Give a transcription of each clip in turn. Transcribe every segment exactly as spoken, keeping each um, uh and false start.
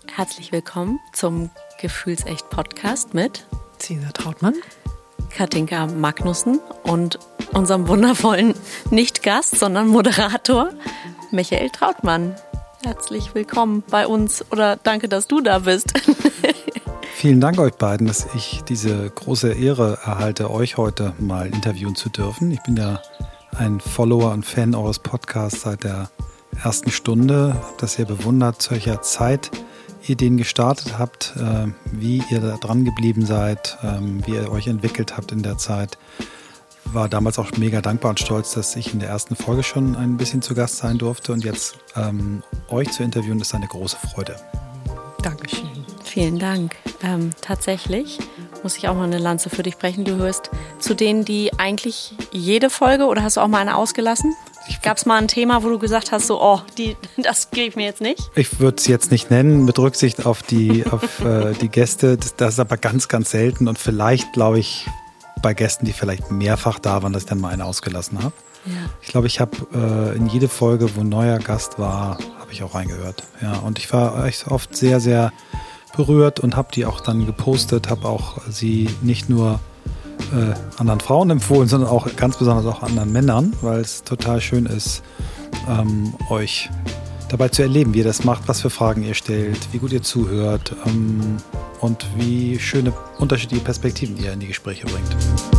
Herzlich willkommen zum Gefühlsecht-Podcast mit Cäsar Trautmann, Katinka Magnussen und unserem wundervollen Nicht-Gast, sondern Moderator Michael Trautmann. Herzlich willkommen bei uns oder danke, dass du da bist. Vielen Dank euch beiden, dass ich diese große Ehre erhalte, euch heute mal interviewen zu dürfen. Ich bin ja ein Follower und Fan eures Podcasts seit der ersten Stunde. Habe das sehr bewundert, zu welcher Zeit ihr den gestartet habt, äh, wie ihr da dran geblieben seid, ähm, wie ihr euch entwickelt habt in der Zeit. War damals auch mega dankbar und stolz, dass ich in der ersten Folge schon ein bisschen zu Gast sein durfte. Und jetzt ähm, euch zu interviewen, ist eine große Freude. Dankeschön. Vielen Dank. Ähm, tatsächlich muss ich auch mal eine Lanze für dich brechen. Du hörst zu denen, die eigentlich jede Folge, oder hast du auch mal eine ausgelassen? Gab es mal ein Thema, wo du gesagt hast, so, oh, die, das gebe ich mir jetzt nicht? Ich würde es jetzt nicht nennen, mit Rücksicht auf die, auf, äh, die Gäste. Das, das ist aber ganz, ganz selten. Und vielleicht, glaube ich, bei Gästen, die vielleicht mehrfach da waren, dass ich dann mal eine ausgelassen habe. Ja. Ich glaube, ich habe äh, in jede Folge, wo ein neuer Gast war, habe ich auch reingehört. Ja, und ich war echt oft sehr, sehr berührt und habe die auch dann gepostet, habe auch sie nicht nur äh, anderen Frauen empfohlen, sondern auch ganz besonders auch anderen Männern, weil es total schön ist, ähm, euch dabei zu erleben, wie ihr das macht, was für Fragen ihr stellt, wie gut ihr zuhört ähm, und wie schöne unterschiedliche Perspektiven ihr in die Gespräche bringt.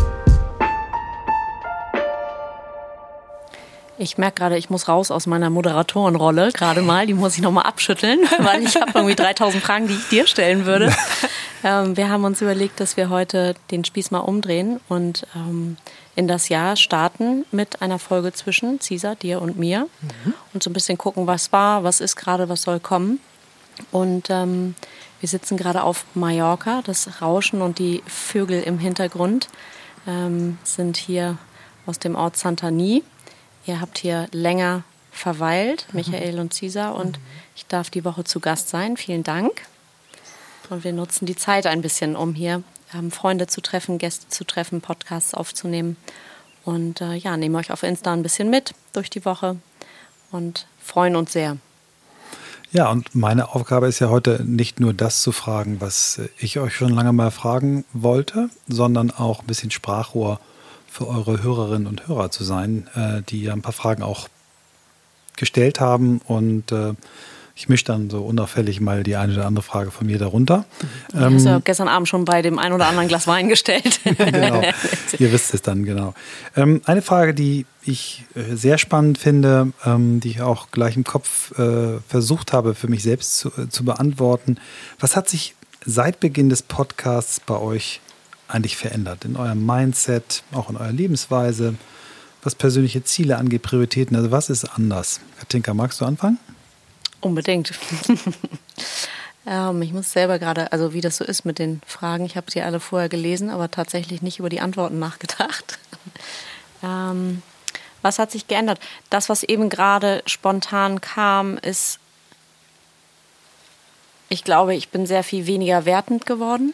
Ich merke gerade, ich muss raus aus meiner Moderatorenrolle gerade mal. Die muss ich nochmal abschütteln, weil ich habe irgendwie dreitausend Fragen, die ich dir stellen würde. ähm, wir haben uns überlegt, dass wir heute den Spieß mal umdrehen und ähm, in das Jahr starten mit einer Folge zwischen Cäsar, dir und mir. Mhm. Und so ein bisschen gucken, was war, was ist gerade, was soll kommen. Und ähm, wir sitzen gerade auf Mallorca. Das Rauschen und die Vögel im Hintergrund ähm, sind hier aus dem Ort Santany. Ihr habt hier länger verweilt, Michael und Cäsar, und ich darf die Woche zu Gast sein. Vielen Dank. Und wir nutzen die Zeit ein bisschen, um hier ähm, Freunde zu treffen, Gäste zu treffen, Podcasts aufzunehmen. Und äh, ja, nehmen euch auf Insta ein bisschen mit durch die Woche und freuen uns sehr. Ja, und meine Aufgabe ist ja heute nicht nur das zu fragen, was ich euch schon lange mal fragen wollte, sondern auch ein bisschen Sprachrohr für eure Hörerinnen und Hörer zu sein, äh, die ja ein paar Fragen auch gestellt haben, und äh, ich mische dann so unauffällig mal die eine oder andere Frage von mir darunter. Die hast du ja gestern Abend schon bei dem ein oder anderen Glas Wein gestellt. Genau, ihr wisst es dann, genau. Ähm, eine Frage, die ich äh, sehr spannend finde, ähm, die ich auch gleich im Kopf äh, versucht habe, für mich selbst zu, äh, zu beantworten. Was hat sich seit Beginn des Podcasts bei euch eigentlich verändert? In eurem Mindset, auch in eurer Lebensweise, was persönliche Ziele angeht, Prioritäten, also was ist anders? Katinka, magst du anfangen? Unbedingt. ähm, ich muss selber gerade, also wie das so ist mit den Fragen, ich habe sie alle vorher gelesen, aber tatsächlich nicht über die Antworten nachgedacht. ähm, was hat sich geändert? Das, was eben gerade spontan kam, ist, ich glaube, ich bin sehr viel weniger wertend geworden.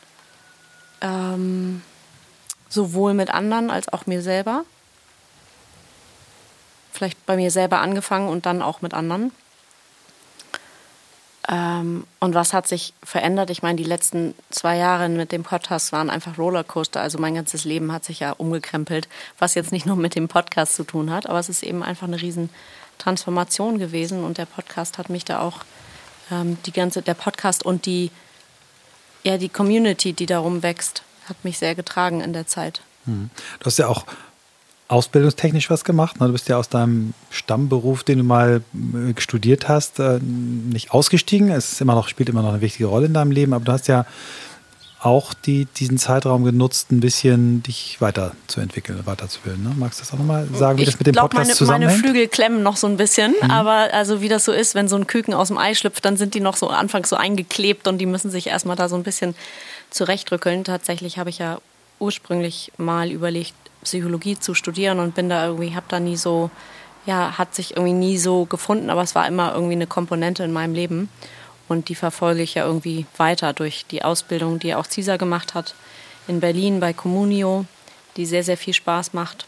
Ähm, sowohl mit anderen als auch mir selber. Vielleicht bei mir selber angefangen und dann auch mit anderen. Ähm, und was hat sich verändert? Ich meine, die letzten zwei Jahre mit dem Podcast waren einfach Rollercoaster. Also mein ganzes Leben hat sich ja umgekrempelt, was jetzt nicht nur mit dem Podcast zu tun hat, aber es ist eben einfach eine riesen Transformation gewesen. Und der Podcast hat mich da auch, ähm, die ganze, der Podcast und die Ja, die Community, die darum wächst, hat mich sehr getragen in der Zeit. Du hast ja auch ausbildungstechnisch was gemacht. Du bist ja aus deinem Stammberuf, den du mal studiert hast, nicht ausgestiegen. Es ist immer noch, spielt immer noch eine wichtige Rolle in deinem Leben, aber du hast ja auch die, diesen Zeitraum genutzt, ein bisschen dich weiterzuentwickeln, weiterzubilden. Ne? Magst du das auch nochmal sagen, wie ich das mit dem glaub, Podcast meine, zusammenhängt? Meine Flügel klemmen noch so ein bisschen, Mhm. aber also wie das so ist, wenn so ein Küken aus dem Ei schlüpft, dann sind die noch so anfangs so eingeklebt und die müssen sich erstmal da so ein bisschen zurechtrückeln. Tatsächlich habe ich ja ursprünglich mal überlegt, Psychologie zu studieren und bin da irgendwie, habe da nie so, ja, hat sich irgendwie nie so gefunden, aber es war immer irgendwie eine Komponente in meinem Leben. Und die verfolge ich ja irgendwie weiter durch die Ausbildung, die auch Cäsar gemacht hat in Berlin bei Communio, die sehr, sehr viel Spaß macht.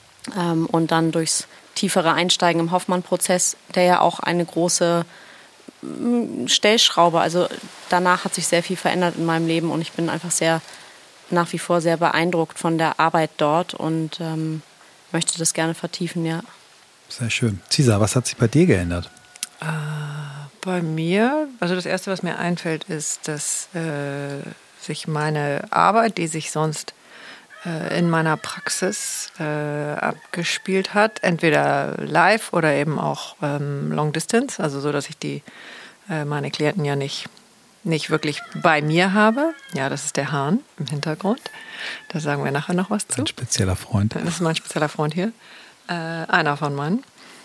Und dann durchs tiefere Einsteigen im Hoffmann-Prozess, der ja auch eine große Stellschraube. Also danach hat sich sehr viel verändert in meinem Leben und ich bin einfach sehr, nach wie vor sehr beeindruckt von der Arbeit dort und ähm, möchte das gerne vertiefen, ja. Sehr schön. Cesar, was hat sich bei dir geändert? Äh, bei mir, also das Erste, was mir einfällt, ist, dass äh, sich meine Arbeit, die sich sonst äh, in meiner Praxis äh, abgespielt hat, entweder live oder eben auch ähm, Long Distance, also so, dass ich die äh, meine Klienten ja nicht, nicht wirklich bei mir habe. Ja, das ist der Hahn im Hintergrund. Da sagen wir nachher noch was zu. Ein spezieller Freund. Das ist mein spezieller Freund hier. Äh, einer von meinen.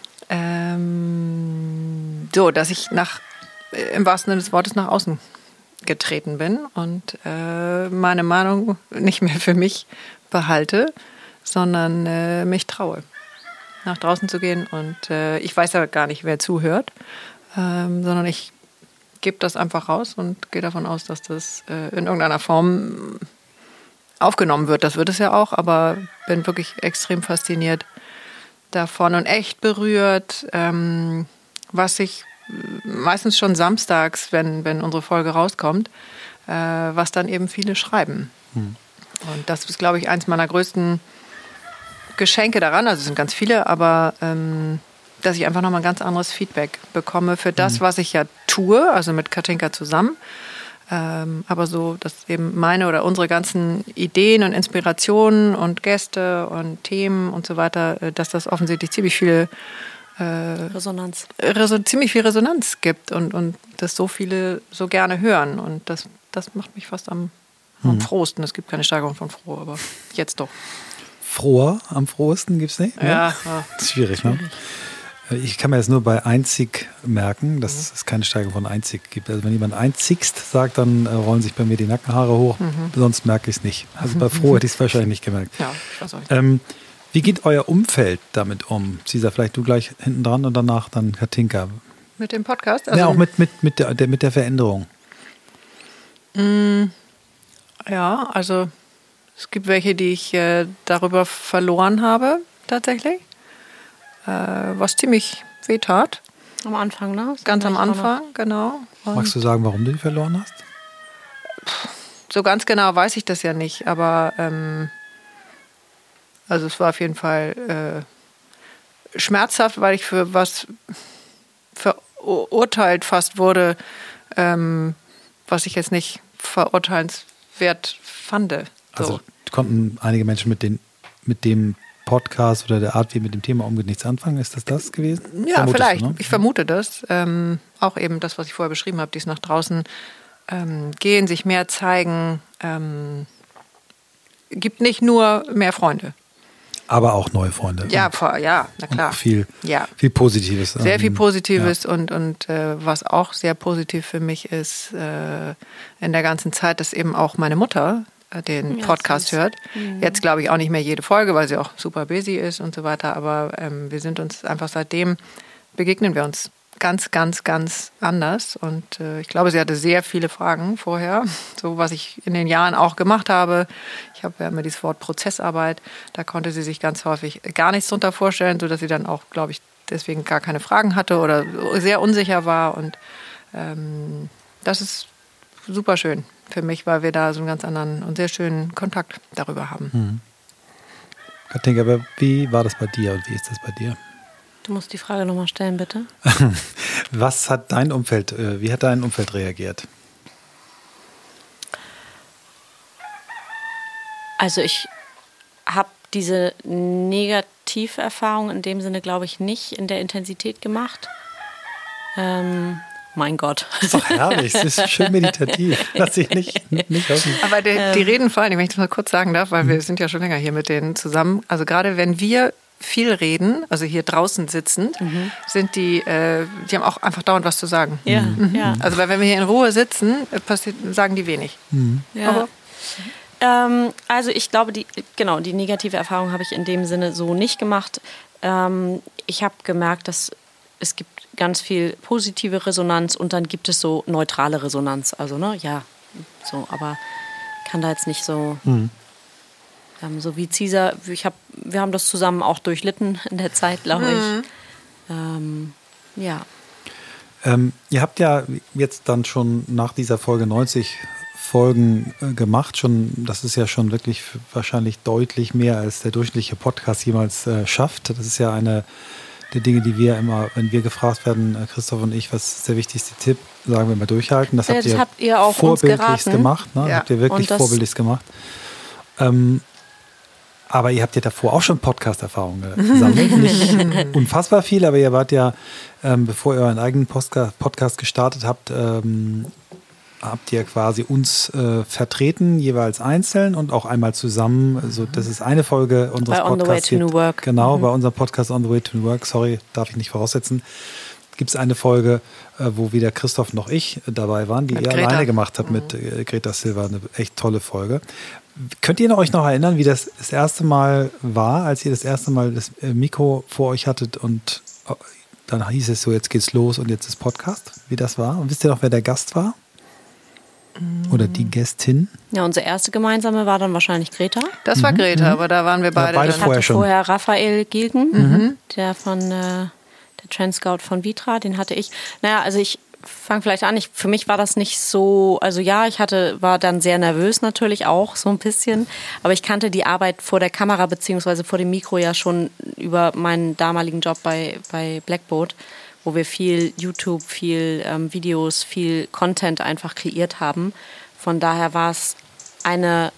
Ähm, so, dass ich nach, im wahrsten Sinne des Wortes nach außen getreten bin und äh, meine Meinung nicht mehr für mich behalte, sondern äh, mich traue, nach draußen zu gehen. Und äh, ich weiß ja gar nicht, wer zuhört, ähm, sondern ich gebe das einfach raus und gehe davon aus, dass das äh, in irgendeiner Form aufgenommen wird. Das wird es ja auch, aber bin wirklich extrem fasziniert davon und echt berührt, ähm, was ich meistens schon samstags, wenn, wenn unsere Folge rauskommt, äh, was dann eben viele schreiben. Hm. Und das ist, glaube ich, eins meiner größten Geschenke daran, also es sind ganz viele, aber ähm, dass ich einfach nochmal ein ganz anderes Feedback bekomme für das, hm. was ich ja tue, also mit Katinka zusammen. Ähm, aber so, dass eben meine oder unsere ganzen Ideen und Inspirationen und Gäste und Themen und so weiter, dass das offensichtlich ziemlich viel äh, Resonanz. Reso- ziemlich viel Resonanz gibt und, und das so viele so gerne hören. Und das, das macht mich fast am, am hm. frohsten. Es gibt keine Steigerung von froh, aber jetzt doch. Froher am frohesten gibt es nicht? Ne? Ja, ja. Das ist schwierig, ne? Ich kann mir das nur bei einzig merken, dass mhm. es keine Steigerung von einzig gibt. Also wenn jemand einzigst sagt, dann äh, rollen sich bei mir die Nackenhaare hoch, mhm. sonst merke ich es nicht. Also bei froh hätte ich es wahrscheinlich nicht gemerkt. Ja, ich weiß auch nicht. Ähm, wie geht euer Umfeld damit um? Cesar, vielleicht du gleich hinten dran und danach dann Katinka. Mit dem Podcast? Also ja, auch mit, mit, mit, der, der, mit der Veränderung. Mm, ja, also es gibt welche, die ich äh, darüber verloren habe, tatsächlich. Äh, was ziemlich weh tat. Am Anfang, ne? Das Ganz am Anfang, genau. Und magst du sagen, warum du die verloren hast? So ganz genau weiß ich das ja nicht, aber ähm, also es war auf jeden Fall äh, schmerzhaft, weil ich für was verurteilt fast wurde, ähm, was ich jetzt nicht verurteilenswert fand. So. Also konnten einige Menschen mit, den, mit dem Podcast oder der Art, wie mit dem Thema umgeht, nichts anfangen? Ist das das gewesen? Ja, Vermutest vielleicht. du, ne? Ich vermute das. Ähm, auch eben das, was ich vorher beschrieben habe, dies nach draußen ähm, gehen, sich mehr zeigen, ähm, gibt nicht nur mehr Freunde. Aber auch neue Freunde. Ja, vor, ja, na klar. Und auch viel, ja. viel Positives. Sehr viel Positives ja. und, und äh, was auch sehr positiv für mich ist, äh, in der ganzen Zeit, dass eben auch meine Mutter den ja, Podcast süß. hört. Mhm. Jetzt glaube ich auch nicht mehr jede Folge, weil sie auch super busy ist und so weiter, aber ähm, wir sind uns einfach seitdem, begegnen wir uns ganz, ganz, ganz anders und äh, ich glaube, sie hatte sehr viele Fragen vorher, so was ich in den Jahren auch gemacht habe. Ich habe ja immer dieses Wort Prozessarbeit, da konnte sie sich ganz häufig gar nichts drunter vorstellen, sodass sie dann auch, glaube ich, deswegen gar keine Fragen hatte oder sehr unsicher war und ähm, das ist super schön für mich, weil wir da so einen ganz anderen und sehr schönen Kontakt darüber haben. Hm. Katinka, aber wie war das bei dir und wie ist das bei dir? Du musst die Frage nochmal stellen, bitte. Was hat dein Umfeld, wie hat dein Umfeld reagiert? Also ich habe diese Negativerfahrung in dem Sinne, glaube ich, nicht in der Intensität gemacht. Ähm, Mein Gott. Das ist doch herrlich, es ist schön meditativ. Lass dich nicht, nicht aus. Aber die, die reden vor allem, wenn ich das mal kurz sagen darf, weil mhm. wir sind ja schon länger hier mit denen zusammen. Also gerade wenn wir viel reden, also hier draußen sitzen, mhm. sind die, äh, die haben auch einfach dauernd was zu sagen. Ja, mhm. ja. Also weil wenn wir hier in Ruhe sitzen, passiert, sagen die wenig. Mhm. Ja. Aber ähm, also ich glaube, die, genau, die negative Erfahrung habe ich in dem Sinne so nicht gemacht. Ähm, ich habe gemerkt, dass es gibt ganz viel positive Resonanz und dann gibt es so neutrale Resonanz. Also, ne, ja, so, aber kann da jetzt nicht so, mhm. ähm, so wie Cesar, ich hab, wir haben das zusammen auch durchlitten in der Zeit, glaube ich. Mhm. Ähm, ja. Ähm, ihr habt ja jetzt dann schon nach dieser Folge neunzig Folgen äh, gemacht. Schon, das ist ja schon wirklich wahrscheinlich deutlich mehr, als der durchschnittliche Podcast jemals äh, schafft. Das ist ja eine der Dinge, die wir immer, wenn wir gefragt werden, äh, Christoph und ich, was ist der wichtigste Tipp, sagen wir mal durchhalten. Das, ja, habt, das ihr habt ihr auch vorbildlichst uns gemacht. Ne? Ja. Habt ihr wirklich vorbildlichst gemacht. Ähm, aber ihr habt ja davor auch schon Podcast-Erfahrung gesammelt. Nicht unfassbar viel, aber ihr wart ja, ähm, bevor ihr euren eigenen Postka- Podcast gestartet habt, ähm, habt ihr quasi uns äh, vertreten, jeweils einzeln und auch einmal zusammen. Also das ist eine Folge unseres bei On the Podcasts. Way to New Work. Genau, Mhm. bei unserem Podcast On the Way to New Work. Sorry, darf ich nicht voraussetzen. Gibt es eine Folge, äh, wo weder Christoph noch ich dabei waren, die Mit ihr Greta. alleine gemacht habt Mhm. mit äh, Greta Silva. Eine echt tolle Folge. Könnt ihr euch noch erinnern, wie das das erste Mal war, als ihr das erste Mal das äh, Mikro vor euch hattet und äh, dann hieß es so, jetzt geht's los und jetzt ist Podcast, wie das war? Und wisst ihr noch, wer der Gast war? Oder die Gästin? Ja, unsere erste gemeinsame war dann wahrscheinlich Greta. Das war Greta, aber da waren wir beide. beide dann- Ich Vorher hatte schon. vorher Raphael Gilgen, Mhm. der von äh, der Trend Scout von Vitra, den hatte ich. Naja, also ich fange vielleicht an. Ich, für mich war das nicht so, also ja, ich hatte, war dann sehr nervös natürlich auch, so ein bisschen. Aber ich kannte die Arbeit vor der Kamera beziehungsweise vor dem Mikro ja schon über meinen damaligen Job bei, bei Blackboard, wo wir viel YouTube, viel ähm, Videos, viel Content einfach kreiert haben. Von daher war es eine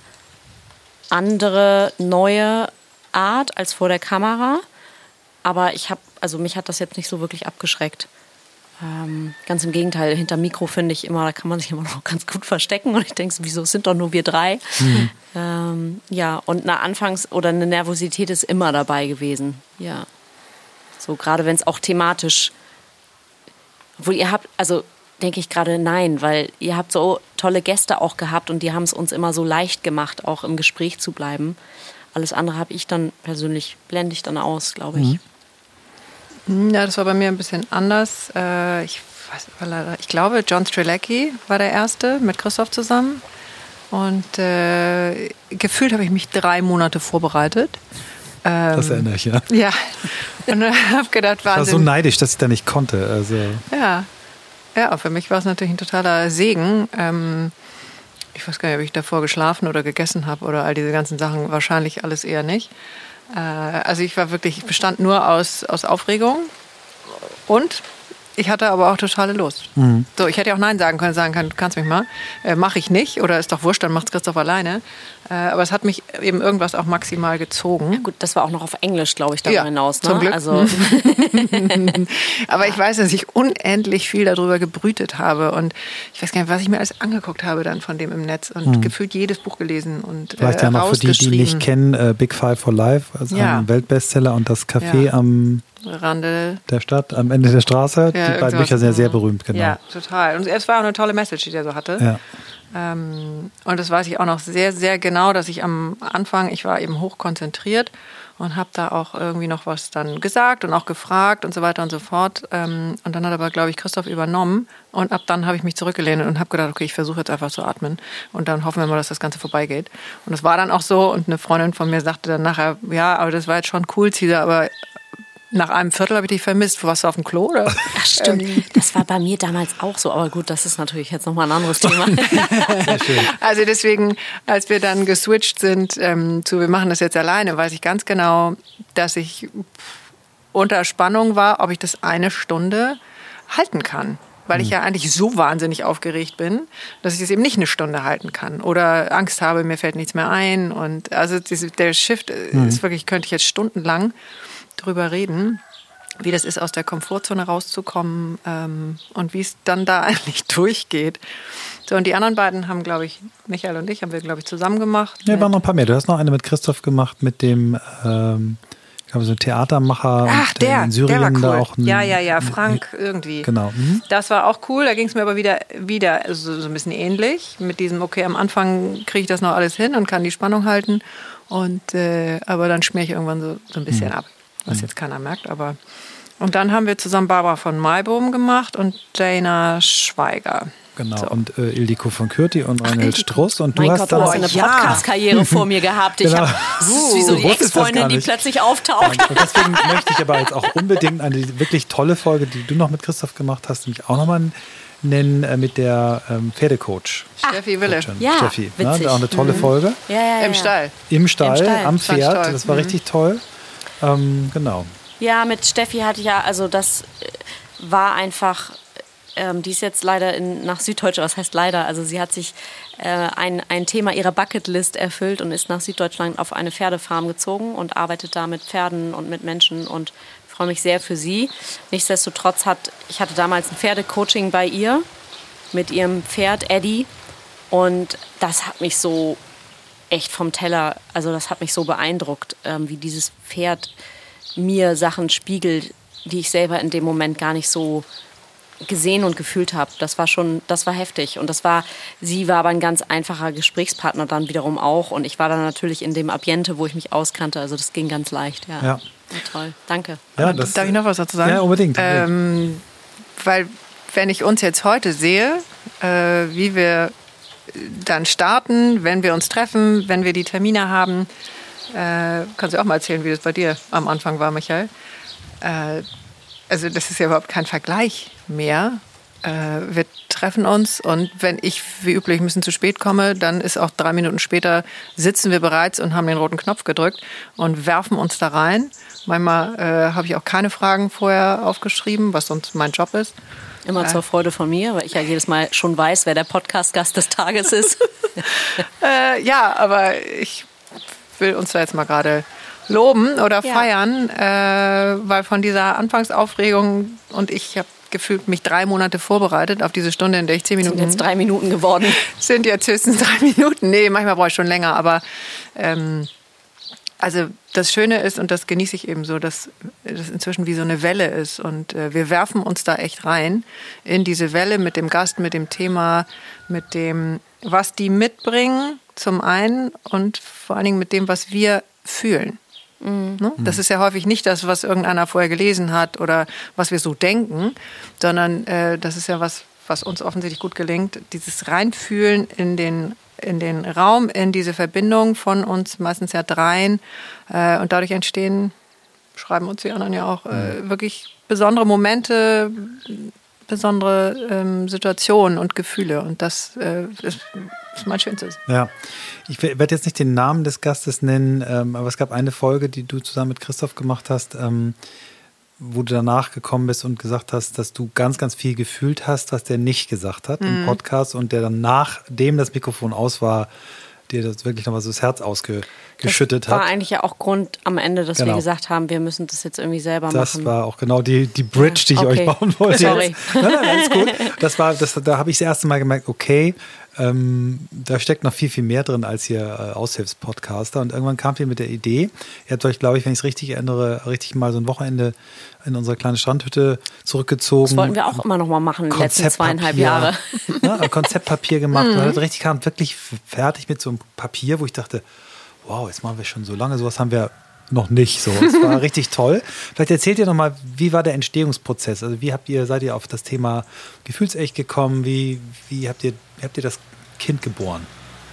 andere, neue Art als vor der Kamera. Aber ich habe, also mich hat das jetzt nicht so wirklich abgeschreckt. Ähm, ganz im Gegenteil, hinter Mikro finde ich immer, da kann man sich immer noch ganz gut verstecken. Und ich denke, wieso es sind doch nur wir drei? Mhm. Ähm, ja, und eine Anfangs- oder eine Nervosität ist immer dabei gewesen. Ja. So, gerade wenn es auch thematisch, obwohl ihr habt, also denke ich gerade nein, weil ihr habt so tolle Gäste auch gehabt und die haben es uns immer so leicht gemacht, auch im Gespräch zu bleiben. Alles andere habe ich dann persönlich, blende ich dann aus, glaube ich. Mhm. Ja, das war bei mir ein bisschen anders. Äh, ich, weiß, war leider, ich glaube, John Strzelecki war der Erste mit Christoph zusammen. Und äh, gefühlt habe ich mich drei Monate vorbereitet. Ähm, Das erinnere ich, ja. Ja. Und dann habe gedacht, Ich war Wahnsinn. so neidisch, dass ich da nicht konnte. Also, Ja, ja, für mich war es natürlich ein totaler Segen. Ähm, ich weiß gar nicht, ob ich davor geschlafen oder gegessen habe oder all diese ganzen Sachen. Wahrscheinlich alles eher nicht. Äh, also ich war wirklich, ich bestand nur aus, aus Aufregung und ich hatte aber auch totale Lust. Mhm. So, ich hätte ja auch Nein sagen können, sagen können, du kannst mich mal. Äh, Mache ich nicht oder ist doch wurscht, dann macht Christoph alleine. Äh, aber es hat mich eben irgendwas auch maximal gezogen. Gut, das war auch noch auf Englisch, glaube ich, darüber Ja, hinaus. Ne? zum Glück. Also, Aber ich weiß, dass ich unendlich viel darüber gebrütet habe und ich weiß gar nicht, was ich mir alles angeguckt habe dann von dem im Netz und Mhm. gefühlt jedes Buch gelesen und vielleicht äh, ja noch für die, die nicht kennen, äh, Big Five for Life, also Ja. ein Weltbestseller und das Café Ja. am Rande. der Stadt, am Ende der Straße. Die irgendwas. beiden Bücher sind ja sehr berühmt, genau. Ja, total. Und es war auch eine tolle Message, die der so hatte. Ja. Ähm, und das weiß ich auch noch sehr, sehr genau, dass ich am Anfang, ich war eben hoch konzentriert und habe da auch irgendwie noch was dann gesagt und auch gefragt und so weiter und so fort. Ähm, und dann hat aber, glaube ich, Christoph übernommen und ab dann habe ich mich zurückgelehnt und habe gedacht, okay, ich versuche jetzt einfach zu atmen und dann hoffen wir mal, dass das Ganze vorbeigeht. Und das war dann auch so und eine Freundin von mir sagte dann nachher, ja, aber das war jetzt schon cool, Cesar, aber nach einem Viertel habe ich dich vermisst. Warst du auf dem Klo? Oder? ach stimmt, das war bei mir damals auch so. Aber gut, das ist natürlich jetzt nochmal ein anderes Thema. Sehr schön. Also deswegen, als wir dann geswitcht sind ähm, zu, wir machen das jetzt alleine, weiß ich ganz genau, dass ich unter Spannung war, ob ich das eine Stunde halten kann. Weil ich ja eigentlich so wahnsinnig aufgeregt bin, dass ich das eben nicht eine Stunde halten kann. Oder Angst habe, mir fällt nichts mehr ein. Und also diese, der Shift ist wirklich, könnte ich jetzt stundenlang drüber reden, wie das ist, aus der Komfortzone rauszukommen ähm, und wie es dann da eigentlich durchgeht. So, und die anderen beiden haben, glaube ich, Michael und ich, haben wir, glaube ich, zusammen gemacht. Ja, waren noch ein paar mehr. Du hast noch eine mit Christoph gemacht, mit dem, ähm, ich glaube, so ein Theatermacher. Ach, und, der, in Syrien der war cool. da auch ein, ja, ja, ja, Frank irgendwie. Genau. Mhm. Das war auch cool. Da ging es mir aber wieder, wieder so, so ein bisschen ähnlich. Mit diesem, okay, am Anfang kriege ich das noch alles hin und kann die Spannung halten. Und, äh, aber dann schmier ich irgendwann so, so ein bisschen Mhm. ab, was jetzt keiner merkt. Aber und dann haben wir zusammen Barbara von Maibohm gemacht und Dana Schweiger. Genau, So. und äh, Ildiko von Kürti und Reinhold Struss. Und du Mein hast Gott, dann du hast eine ja. Podcast-Karriere vor mir gehabt. Ich Genau. hab, das ist wie so Du die wusstest das Ex-Freundin, gar die nicht. plötzlich auftaucht. Und deswegen möchte ich aber jetzt auch unbedingt an die wirklich tolle Folge, die du noch mit Christoph gemacht hast, nämlich auch nochmal nennen äh, mit der ähm, Pferdecoach. Steffi Wille. Coachin, Ja, Steffi. Ne? witzig. Auch eine tolle Mhm. Folge. Ja, ja, ja. Im Stall. Im Stall, Im Stall. am Das war Pferd. toll. Das war Mhm. richtig toll. Ähm, genau. Ja, mit Steffi hatte ich ja, also das äh, war einfach, ähm, die ist jetzt leider in, nach Süddeutschland, was heißt leider, also sie hat sich äh, ein, ein Thema ihrer Bucketlist erfüllt und ist nach Süddeutschland auf eine Pferdefarm gezogen und arbeitet da mit Pferden und mit Menschen und ich freue mich sehr für sie. Nichtsdestotrotz hat, ich hatte damals ein Pferdecoaching bei ihr mit ihrem Pferd Eddie und das hat mich so echt vom Teller, also das hat mich so beeindruckt, ähm, wie dieses Pferd mir Sachen spiegelt, die ich selber in dem Moment gar nicht so gesehen und gefühlt habe. Das war schon, das war heftig. Und das war, sie war aber ein ganz einfacher Gesprächspartner dann wiederum auch. Und ich war dann natürlich in dem Ambiente, wo ich mich auskannte. Also das ging ganz leicht, ja. Ja. Ja, toll, danke. Ja, das, Darf ich noch was dazu sagen? Ja, unbedingt. Ähm, weil, wenn ich uns jetzt heute sehe, äh, wie wir dann starten, wenn wir uns treffen, wenn wir die Termine haben, äh, kannst du auch mal erzählen, wie das bei dir am Anfang war, Michael? Äh, also das ist ja überhaupt kein Vergleich mehr. Äh, wir treffen uns und wenn ich wie üblich ein bisschen zu spät komme, dann ist auch drei Minuten später, sitzen wir bereits und haben den roten Knopf gedrückt und werfen uns da rein. Manchmal äh, habe ich auch keine Fragen vorher aufgeschrieben, was sonst mein Job ist. Immer zur Freude von mir, weil ich ja jedes Mal schon weiß, wer der Podcast-Gast des Tages ist. Äh, ja, aber ich will uns da jetzt mal gerade loben oder Ja. feiern, äh, weil von dieser Anfangsaufregung und ich habe gefühlt mich drei Monate vorbereitet auf diese Stunde, in der ich zehn Sind Minuten jetzt drei Minuten geworden. sind jetzt höchstens drei Minuten. Nee, manchmal brauche ich schon länger, aber ähm, also das Schöne ist, und das genieße ich eben so, dass das inzwischen wie so eine Welle ist und äh, wir werfen uns da echt rein in diese Welle mit dem Gast, mit dem Thema, mit dem, was die mitbringen zum einen und vor allen Dingen mit dem, was wir fühlen. Mhm. Ne? Das ist ja häufig nicht das, was irgendeiner vorher gelesen hat oder was wir so denken, sondern äh, das ist ja was, was uns offensichtlich gut gelingt, dieses Reinfühlen in den in den Raum, in diese Verbindung von uns, meistens ja dreien. Äh, und dadurch entstehen, schreiben uns die anderen ja auch, äh, wirklich besondere Momente, besondere ähm, Situationen und Gefühle. Und das äh, ist, ist mein Schönstes. Ja, ich werde jetzt nicht den Namen des Gastes nennen, ähm, aber es gab eine Folge, die du zusammen mit Christoph gemacht hast, ähm, wo du danach gekommen bist und gesagt hast, dass du ganz, ganz viel gefühlt hast, was der nicht gesagt hat mhm. im Podcast und der dann nachdem das Mikrofon aus war, dir das wirklich nochmal so das Herz ausgeschüttet hat. Das war eigentlich ja auch Grund am Ende, dass genau. wir gesagt haben, wir müssen das jetzt irgendwie selber das machen. Das war auch genau die, die Bridge, die ich okay. euch bauen wollte. Sorry. Nein, nein, alles gut. Das war, das, da habe ich das erste Mal gemerkt, okay, ähm, da steckt noch viel, viel mehr drin als hier äh, Aushilfspodcaster. Und irgendwann kam ihr mit der Idee, ihr habt euch, glaube ich, wenn ich es richtig erinnere, richtig mal so ein Wochenende in unsere kleine Strandhütte zurückgezogen. Das wollten wir auch immer noch mal machen, die letzten zweieinhalb Jahre. Ja, Konzeptpapier gemacht. Mhm. Und richtig kam wirklich fertig mit so einem Papier, wo ich dachte, wow, jetzt machen wir schon so lange, sowas haben wir noch nicht so. Es war richtig toll. Vielleicht erzählt ihr noch mal, wie war der Entstehungsprozess? Also wie habt ihr, seid ihr auf das Thema Gefühlsecht gekommen? Wie, wie habt ihr, wie habt ihr das Kind geboren?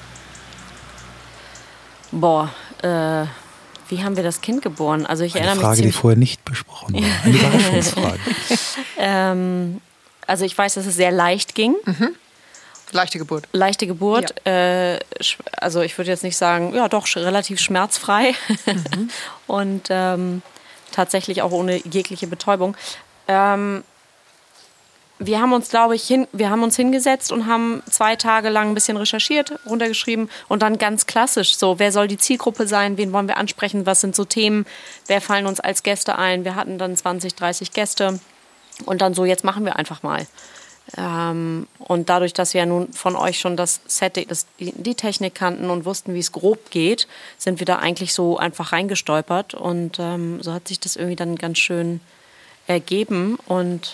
Boah, äh, wie haben wir das Kind geboren? Also ich Eine erinnere Frage, mich die vorher nicht besprochen war. Eine Überraschungsfrage. ähm, also ich weiß, dass es sehr leicht ging. Mhm. Leichte Geburt. Leichte Geburt. Ja. Äh, also ich würde jetzt nicht sagen, ja doch, relativ schmerzfrei. Mhm. Und ähm, tatsächlich auch ohne jegliche Betäubung. Ähm, wir haben uns, glaube ich, hin, wir haben uns hingesetzt und haben zwei Tage lang ein bisschen recherchiert, runtergeschrieben und dann ganz klassisch so, wer soll die Zielgruppe sein, wen wollen wir ansprechen, was sind so Themen, wer fallen uns als Gäste ein. Wir hatten dann zwanzig, dreißig Gäste und dann so, jetzt machen wir einfach mal. Ähm, und dadurch, dass wir ja nun von euch schon das Setting, das, die, die Technik kannten und wussten, wie es grob geht, sind wir da eigentlich so einfach reingestolpert und ähm, so hat sich das irgendwie dann ganz schön ergeben und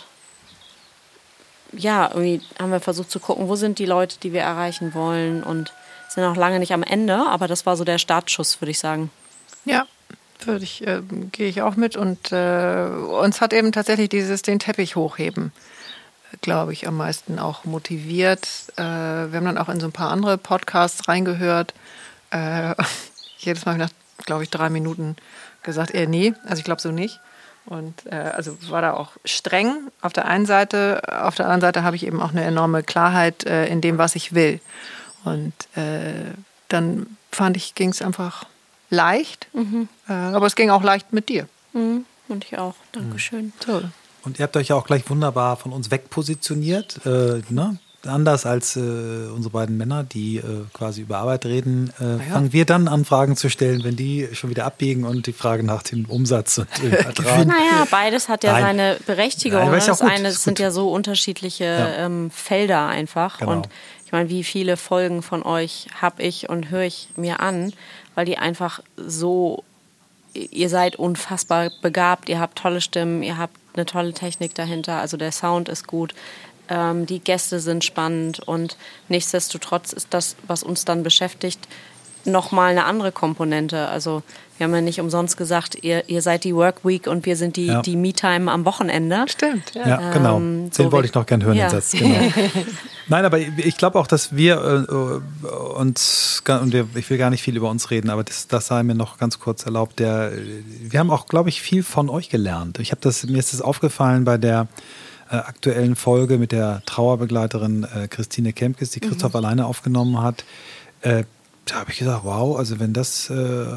ja, irgendwie haben wir versucht zu gucken, wo sind die Leute, die wir erreichen wollen und sind auch lange nicht am Ende, aber das war so der Startschuss, würde ich sagen. Ja, würde ich, äh, gehe ich auch mit und äh, uns hat eben tatsächlich dieses den Teppich hochheben glaube ich, am meisten auch motiviert. Äh, wir haben dann auch in so ein paar andere Podcasts reingehört. Äh, jedes Mal nach, glaube ich, drei Minuten gesagt, eher nee, also ich glaube so nicht. Und äh, also war da auch streng auf der einen Seite. Auf der anderen Seite habe ich eben auch eine enorme Klarheit äh, in dem, was ich will. Und äh, dann fand ich, ging es einfach leicht. Mhm. Äh, aber es ging auch leicht mit dir. Mhm. Und ich auch. Dankeschön. Mhm. Toll. Und ihr habt euch ja auch gleich wunderbar von uns wegpositioniert, äh, ne? Anders als äh, unsere beiden Männer, die äh, quasi über Arbeit reden, äh, ja. fangen wir dann an, Fragen zu stellen, wenn die schon wieder abbiegen und die Frage nach dem Umsatz und dem Ertrag. Naja, beides hat ja Nein. seine Berechtigung. Nein, das ja gut, eine das sind ja so unterschiedliche ja. ähm, Felder einfach. Genau. Und ich meine, wie viele Folgen von euch habe ich und höre ich mir an, weil die einfach so, ihr seid unfassbar begabt, ihr habt tolle Stimmen, ihr habt eine tolle Technik dahinter, also der Sound ist gut. Ähm, die Gäste sind spannend und nichtsdestotrotz ist das, was uns dann beschäftigt, nochmal eine andere Komponente. Also wir haben ja nicht umsonst gesagt, ihr, ihr seid die Workweek und wir sind die, ja. die Me-Time am Wochenende. Stimmt, ja. Ja, genau. Den so wollte ich noch gern hören, ja. den Satz. Genau. Nein, aber ich glaube auch, dass wir äh, uns, und ich will gar nicht viel über uns reden, aber das, das sei mir noch ganz kurz erlaubt, der, wir haben auch, glaube ich, viel von euch gelernt. Ich habe das, mir ist das aufgefallen bei der Äh, aktuellen Folge mit der Trauerbegleiterin äh, Christine Kempkes, die Christoph mhm. alleine aufgenommen hat. Äh, da habe ich gesagt, wow, also wenn das äh,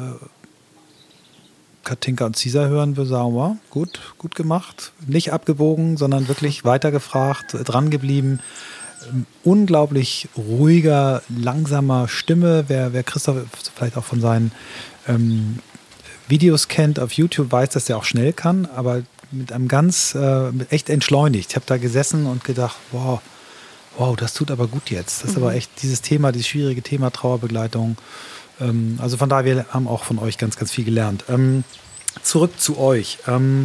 Katinka und Cesar hören, würde ich sagen, wow, gut, gut gemacht. Nicht abgebogen, sondern wirklich weitergefragt, äh, dran geblieben. Ähm, unglaublich ruhiger, langsamer Stimme. Wer, wer Christoph vielleicht auch von seinen ähm, Videos kennt auf YouTube, weiß, dass er auch schnell kann, aber mit einem ganz, äh, echt entschleunigt. Ich habe da gesessen und gedacht, wow, wow, das tut aber gut jetzt. Das ist mhm. aber echt dieses Thema, dieses schwierige Thema Trauerbegleitung. Ähm, also von daher, wir haben auch von euch ganz, ganz viel gelernt. Ähm, zurück zu euch. Ähm,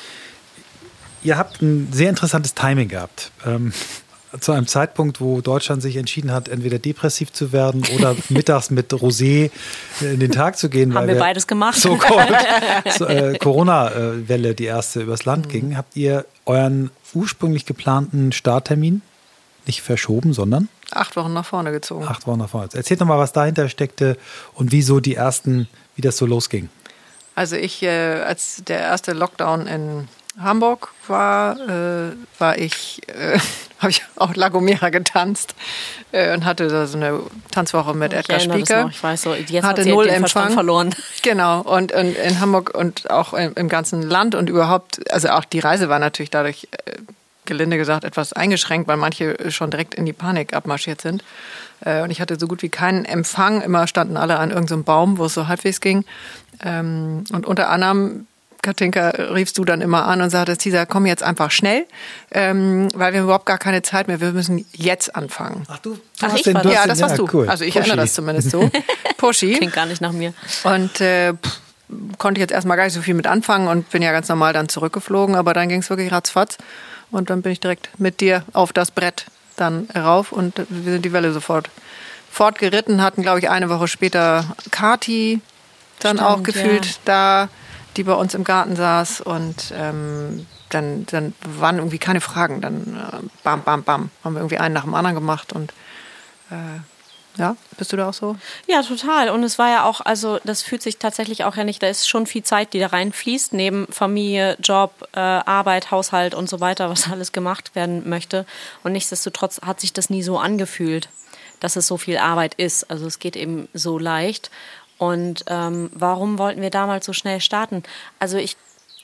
ihr habt ein sehr interessantes Timing gehabt. Ähm, zu einem Zeitpunkt, wo Deutschland sich entschieden hat, entweder depressiv zu werden oder mittags mit Rosé in den Tag zu gehen. Haben weil wir beides gemacht. So, so äh, Corona-Welle, die erste übers Land mhm. ging. Habt ihr euren ursprünglich geplanten Starttermin nicht verschoben, sondern? Acht Wochen nach vorne gezogen. Acht Wochen nach vorne. Erzählt doch mal, was dahinter steckte und wieso die ersten, wie das so losging. Also ich, äh, als der erste Lockdown in Hamburg war, äh, war ich, äh, habe ich auch La Gomera getanzt äh, und hatte da so eine Tanzwoche mit ich Edgar Spieker. Ich weiß so, jetzt hatte hat sie null den Empfang Verstand verloren. Genau, und, und in Hamburg und auch im, im ganzen Land und überhaupt, also auch die Reise war natürlich dadurch, äh, gelinde gesagt, etwas eingeschränkt, weil manche schon direkt in die Panik abmarschiert sind. Äh, und ich hatte so gut wie keinen Empfang, immer standen alle an irgendeinem Baum, wo es so halbwegs ging. Ähm, und unter anderem Katinka, riefst du dann immer an und sagtest, Cesar, komm jetzt einfach schnell, ähm, weil wir haben überhaupt gar keine Zeit mehr. Wir müssen jetzt anfangen. Ach du, du Ach, hast ich den, war du Ja, hast das den, warst ja, du. Cool. Also ich Pushy. erinnere das zumindest so. Pushy. Klingt gar nicht nach mir. Und äh, pff, konnte ich jetzt erstmal gar nicht so viel mit anfangen und bin ja ganz normal dann zurückgeflogen, aber dann ging es wirklich ratzfatz. Und dann bin ich direkt mit dir auf das Brett dann rauf und wir sind die Welle sofort fortgeritten, hatten, glaube ich, eine Woche später Kati dann Stimmt, auch gefühlt ja. da, die bei uns im Garten saß und ähm, dann, dann waren irgendwie keine Fragen. Dann äh, bam, bam, bam, haben wir irgendwie einen nach dem anderen gemacht und äh, ja, bist du da auch so? Ja, total. Und es war ja auch, also das fühlt sich tatsächlich auch ja nicht, da ist schon viel Zeit, die da reinfließt, neben Familie, Job, äh, Arbeit, Haushalt und so weiter, was alles gemacht werden möchte. Und nichtsdestotrotz hat sich das nie so angefühlt, dass es so viel Arbeit ist. Also es geht eben so leicht. Und ähm, warum wollten wir damals so schnell starten? Also ich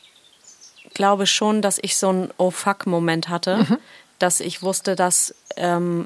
glaube schon, dass ich so einen Oh-fuck-Moment hatte, mhm. dass ich wusste, dass ähm,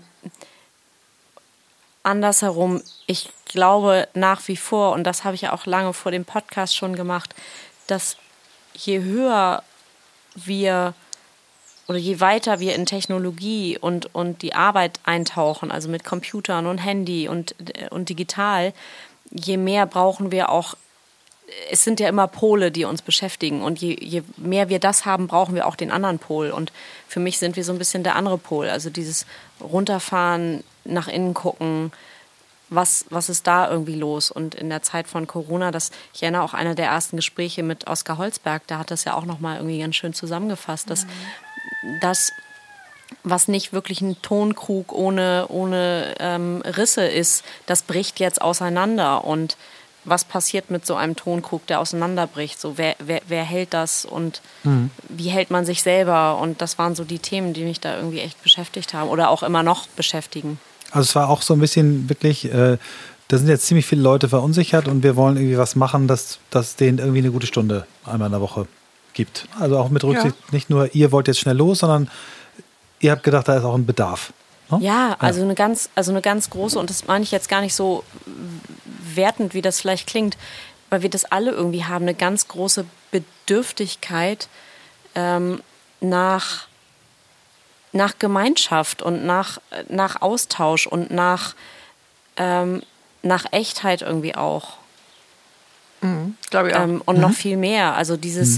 andersherum, ich glaube nach wie vor, und das habe ich ja auch lange vor dem Podcast schon gemacht, dass je höher wir oder je weiter wir in Technologie und, und die Arbeit eintauchen, also mit Computern und Handy und, und digital, je mehr brauchen wir auch, es sind ja immer Pole, die uns beschäftigen und je, je mehr wir das haben, brauchen wir auch den anderen Pol und für mich sind wir so ein bisschen der andere Pol, also dieses Runterfahren, nach innen gucken, was, was ist da irgendwie los und in der Zeit von Corona, das, ich erinnere auch einer der ersten Gespräche mit Oskar Holzberg, der hat das ja auch nochmal irgendwie ganz schön zusammengefasst, dass, mhm. dass was nicht wirklich ein Tonkrug ohne, ohne ähm, Risse ist, das bricht jetzt auseinander. Und was passiert mit so einem Tonkrug, der auseinanderbricht? So, wer, wer, wer hält das und mhm. wie hält man sich selber? Und das waren so die Themen, die mich da irgendwie echt beschäftigt haben oder auch immer noch beschäftigen. Also es war auch so ein bisschen wirklich, äh, da sind jetzt ziemlich viele Leute verunsichert und wir wollen irgendwie was machen, dass das denen irgendwie eine gute Stunde einmal in der Woche gibt. Also auch mit Rücksicht, ja. nicht nur ihr wollt jetzt schnell los, sondern ihr habt gedacht, da ist auch ein Bedarf. Ne? Ja, also ja. eine ganz, also eine ganz große, und das meine ich jetzt gar nicht so wertend, wie das vielleicht klingt, weil wir das alle irgendwie haben, eine ganz große Bedürftigkeit ähm, nach, nach Gemeinschaft und nach, nach Austausch und nach, ähm, nach Echtheit irgendwie auch. Mhm, glaube ich auch. Ähm, und mhm. noch viel mehr. Also dieses... Mhm.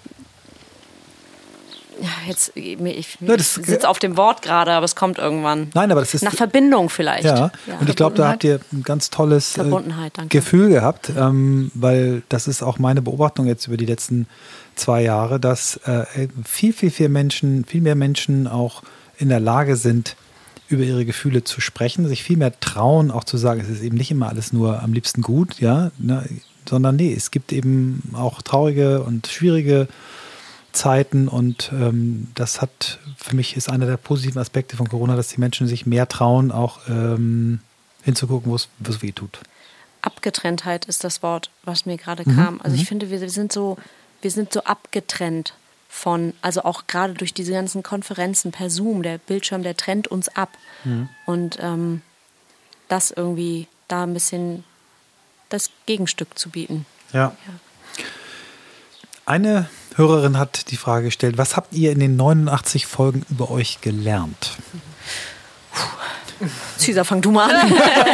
Ja, jetzt, ich, ich ja, sitze auf dem Wort gerade, aber es kommt irgendwann. Nein, aber das ist... Nach Verbindung vielleicht. Ja, ja. Und ich glaube, da habt ihr ein ganz tolles äh, Gefühl gehabt, ähm, weil das ist auch meine Beobachtung jetzt über die letzten zwei Jahre, dass äh, viel, viel, viel Menschen, viel mehr Menschen auch in der Lage sind, über ihre Gefühle zu sprechen, sich viel mehr trauen, auch zu sagen, es ist eben nicht immer alles nur am liebsten gut, ja, ne, sondern nee, es gibt eben auch traurige und schwierige Zeiten und ähm, das hat, für mich ist einer der positiven Aspekte von Corona, dass die Menschen sich mehr trauen, auch ähm, hinzugucken, wo es weh tut. Abgetrenntheit ist das Wort, was mir gerade mhm. kam. Also mhm. ich finde, wir sind so, wir sind so abgetrennt von, also auch gerade durch diese ganzen Konferenzen per Zoom, der Bildschirm, der trennt uns ab. Mhm. Und ähm, das irgendwie da ein bisschen das Gegenstück zu bieten. Ja. ja. Eine Hörerin hat die Frage gestellt, was habt ihr in den neunundachtzig Folgen über euch gelernt? Cesar, fang du mal an.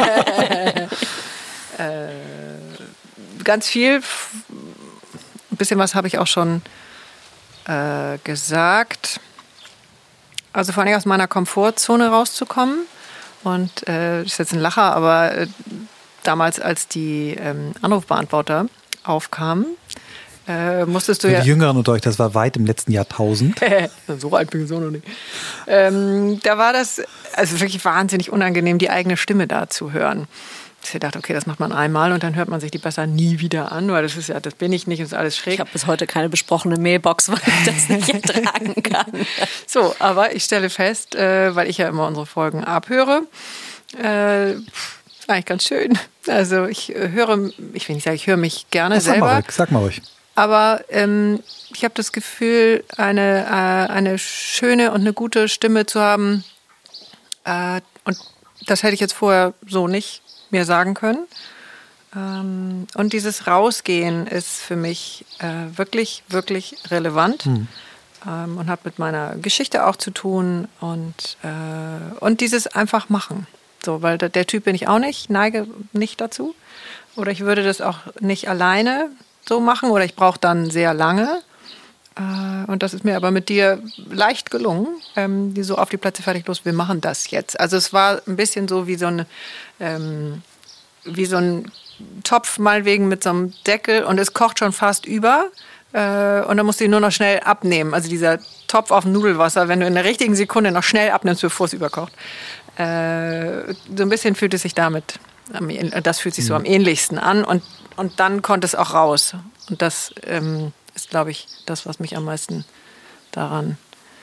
äh, ganz viel. Ein bisschen was habe ich auch schon äh, gesagt. Also vor allem aus meiner Komfortzone rauszukommen. Und äh, das ist jetzt ein Lacher, aber äh, damals, als die ähm, Anrufbeantworter aufkamen, Äh, musstest du Für ja. die Jüngeren unter euch, das war weit im letzten Jahrtausend. So alt bin ich so noch nicht. Ähm, da war das also wirklich wahnsinnig unangenehm, die eigene Stimme da zu hören. Ich dachte, okay, das macht man einmal und dann hört man sich die besser nie wieder an, weil das ist ja, das bin ich nicht, ist alles schräg. Ich habe bis heute keine besprochene Mailbox, weil ich das nicht ertragen kann. So, aber ich stelle fest, äh, weil ich ja immer unsere Folgen abhöre, äh, eigentlich ganz schön. Also ich höre, ich will nicht sagen, ich höre mich gerne Ach, sag selber. Mal ruhig, sag mal ruhig. Aber ähm, ich habe das Gefühl, eine, äh, eine schöne und eine gute Stimme zu haben. Äh, und das hätte ich jetzt vorher so nicht mir sagen können. Ähm, und dieses Rausgehen ist für mich äh, wirklich, wirklich relevant. Hm. Ähm, und hat mit meiner Geschichte auch zu tun. Und, äh, und dieses einfach machen. So, weil der, der Typ bin ich auch nicht, neige nicht dazu. Oder ich würde das auch nicht alleine so machen oder ich brauche dann sehr lange. Äh, und das ist mir aber mit dir leicht gelungen. Ähm, die so auf die Plätze fertig los, wir machen das jetzt. Also es war ein bisschen so wie so ein, ähm, wie so ein Topf meinetwegen mit so einem Deckel und es kocht schon fast über. Äh, und dann musst du ihn nur noch schnell abnehmen. Also dieser Topf auf dem Nudelwasser, wenn du in der richtigen Sekunde noch schnell abnimmst, bevor es überkocht. Äh, so ein bisschen fühlt es sich damit, das fühlt sich so am ähnlichsten an und, und dann konnte es auch raus. Und das ähm, ist, glaube ich, das, was mich am meisten daran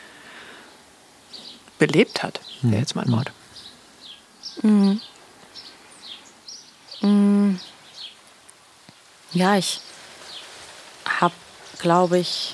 belebt hat, wäre jetzt mein Wort. Mhm. Mhm. Ja, ich habe, glaube ich,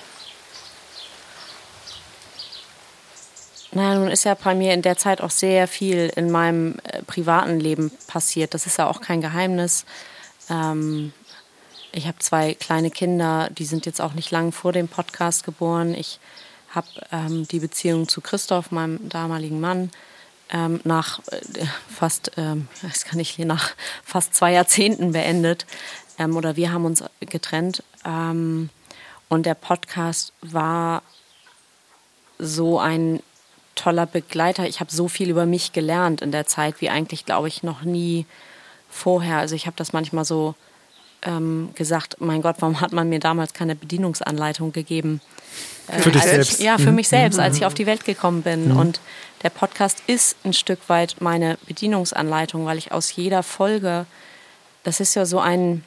naja, nun ist ja bei mir in der Zeit auch sehr viel in meinem äh, privaten Leben passiert. Das ist ja auch kein Geheimnis. Ähm, ich habe zwei kleine Kinder, die sind jetzt auch nicht lang vor dem Podcast geboren. Ich habe ähm, die Beziehung zu Christoph, meinem damaligen Mann, ähm, nach äh, fast, ähm, das kann ich hier nach fast zwei Jahrzehnten beendet. Ähm, oder wir haben uns getrennt. Ähm, und der Podcast war so ein toller Begleiter. Ich habe so viel über mich gelernt in der Zeit, wie eigentlich, glaube ich, noch nie vorher. Also ich habe das manchmal so ähm, gesagt, mein Gott, warum hat man mir damals keine Bedienungsanleitung gegeben? Äh, für dich als selbst? Ich, ja, für mhm. mich selbst, als ich auf die Welt gekommen bin. Mhm. Und der Podcast ist ein Stück weit meine Bedienungsanleitung, weil ich aus jeder Folge, das ist ja so ein...